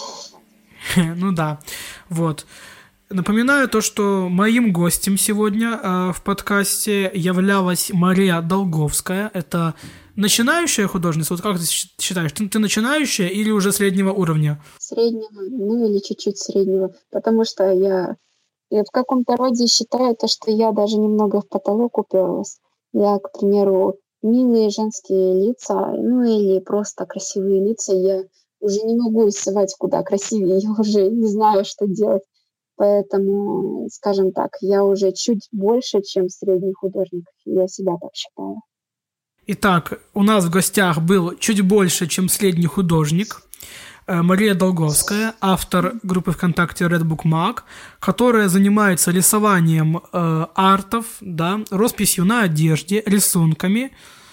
A: Ну да, вот. Напоминаю то, что моим гостем сегодня э, в подкасте являлась Мария Долговская. Это начинающая художница? Вот как ты считаешь, ты, ты начинающая или уже среднего уровня?
B: Среднего, ну или чуть-чуть среднего, потому что я, я в каком-то роде считаю то, что я даже немного в потолок уперлась. Я, к примеру, милые женские лица, ну или просто красивые лица, я уже не могу рисовать куда красивее, я уже не знаю, что делать. Поэтому, скажем так, я уже чуть больше, чем средний художник. Я себя так считаю.
A: Итак, у нас в гостях был чуть больше, чем средний художник, Мария Долговская, автор группы ВКонтакте Red Book Mag, которая занимается рисованием э, артов, да, росписью на одежде, рисунками.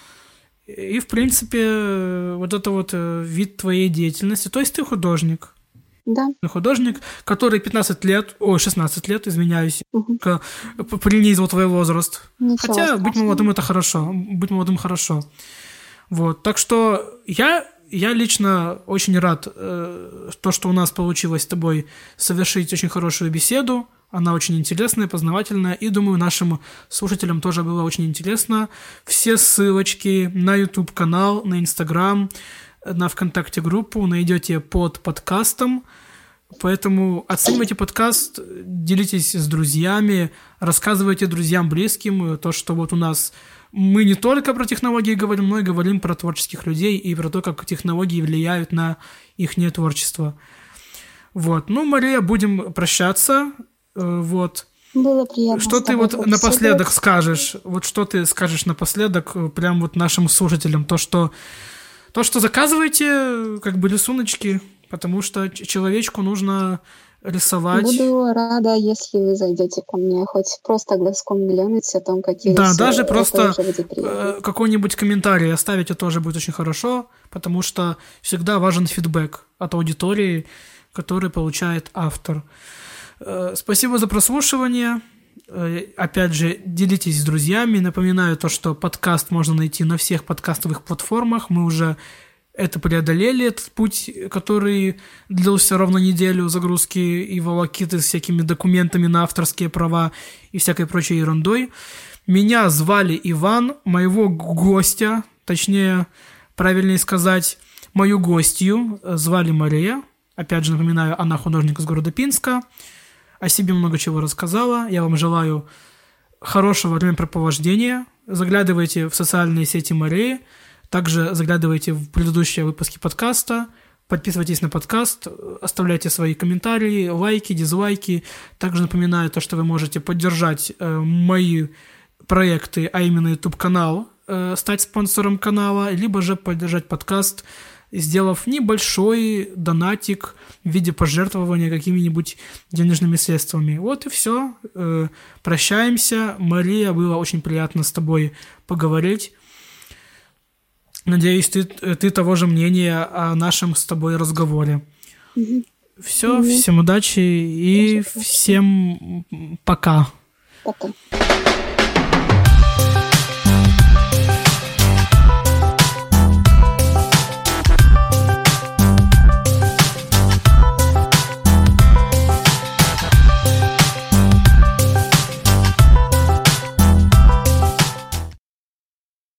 A: И, в принципе, вот это вот вид твоей деятельности. То есть ты художник.
B: Да.
A: Художник, который пятнадцать лет, ой, шестнадцать лет, извиняюсь, угу. принизил твой возраст. Ничего Хотя страшного. Быть молодым это хорошо, быть молодым хорошо. Вот, так что я, я лично очень рад, э, то, что у нас получилось с тобой совершить очень хорошую беседу. Она очень интересная, познавательная, и, думаю, нашим слушателям тоже было очень интересно. Все ссылочки на YouTube-канал, на Instagram, на ВКонтакте группу найдете под подкастом, поэтому оценивайте подкаст, делитесь с друзьями, рассказывайте друзьям, близким то, что вот у нас мы не только про технологии говорим, но и говорим про творческих людей и про то, как технологии влияют на их творчество. Вот, ну, Мария, будем прощаться, вот.
B: Было приятно.
A: Что ты вот беседовать. Напоследок скажешь? Вот что ты скажешь напоследок прям вот нашим слушателям, то, что То, что заказывайте, как бы, рисуночки, потому что человечку нужно рисовать.
B: Буду рада, если вы зайдете ко мне, хоть просто глазком глянуть о том, какие
A: Да, даже просто какой-нибудь комментарий оставите, тоже будет очень хорошо, потому что всегда важен фидбэк от аудитории, который получает автор. Спасибо за прослушивание. Опять же, делитесь с друзьями. Напоминаю то, что подкаст можно найти на всех подкастовых платформах. Мы уже это преодолели, этот путь, который длился ровно неделю загрузки и волокиты с всякими документами на авторские права и всякой прочей ерундой. Меня звали Иван, моего гостя, точнее, правильнее сказать, мою гостью звали Мария. Опять же, напоминаю, она художник из города Пинска. О себе много чего рассказала. Я вам желаю хорошего времяпрепровождения. Заглядывайте в социальные сети Марии. Также заглядывайте в предыдущие выпуски подкаста. Подписывайтесь на подкаст. Оставляйте свои комментарии, лайки, дизлайки. Также напоминаю то, что вы можете поддержать э, мои проекты, а именно YouTube-канал, э, стать спонсором канала, либо же поддержать подкаст, сделав небольшой донатик в виде пожертвования какими-нибудь денежными средствами. Вот и все. Прощаемся. Мария, было очень приятно с тобой поговорить. Надеюсь, ты, ты того же мнения о нашем с тобой разговоре. Угу. Все, угу. Всем удачи и всем пока.
B: Пока.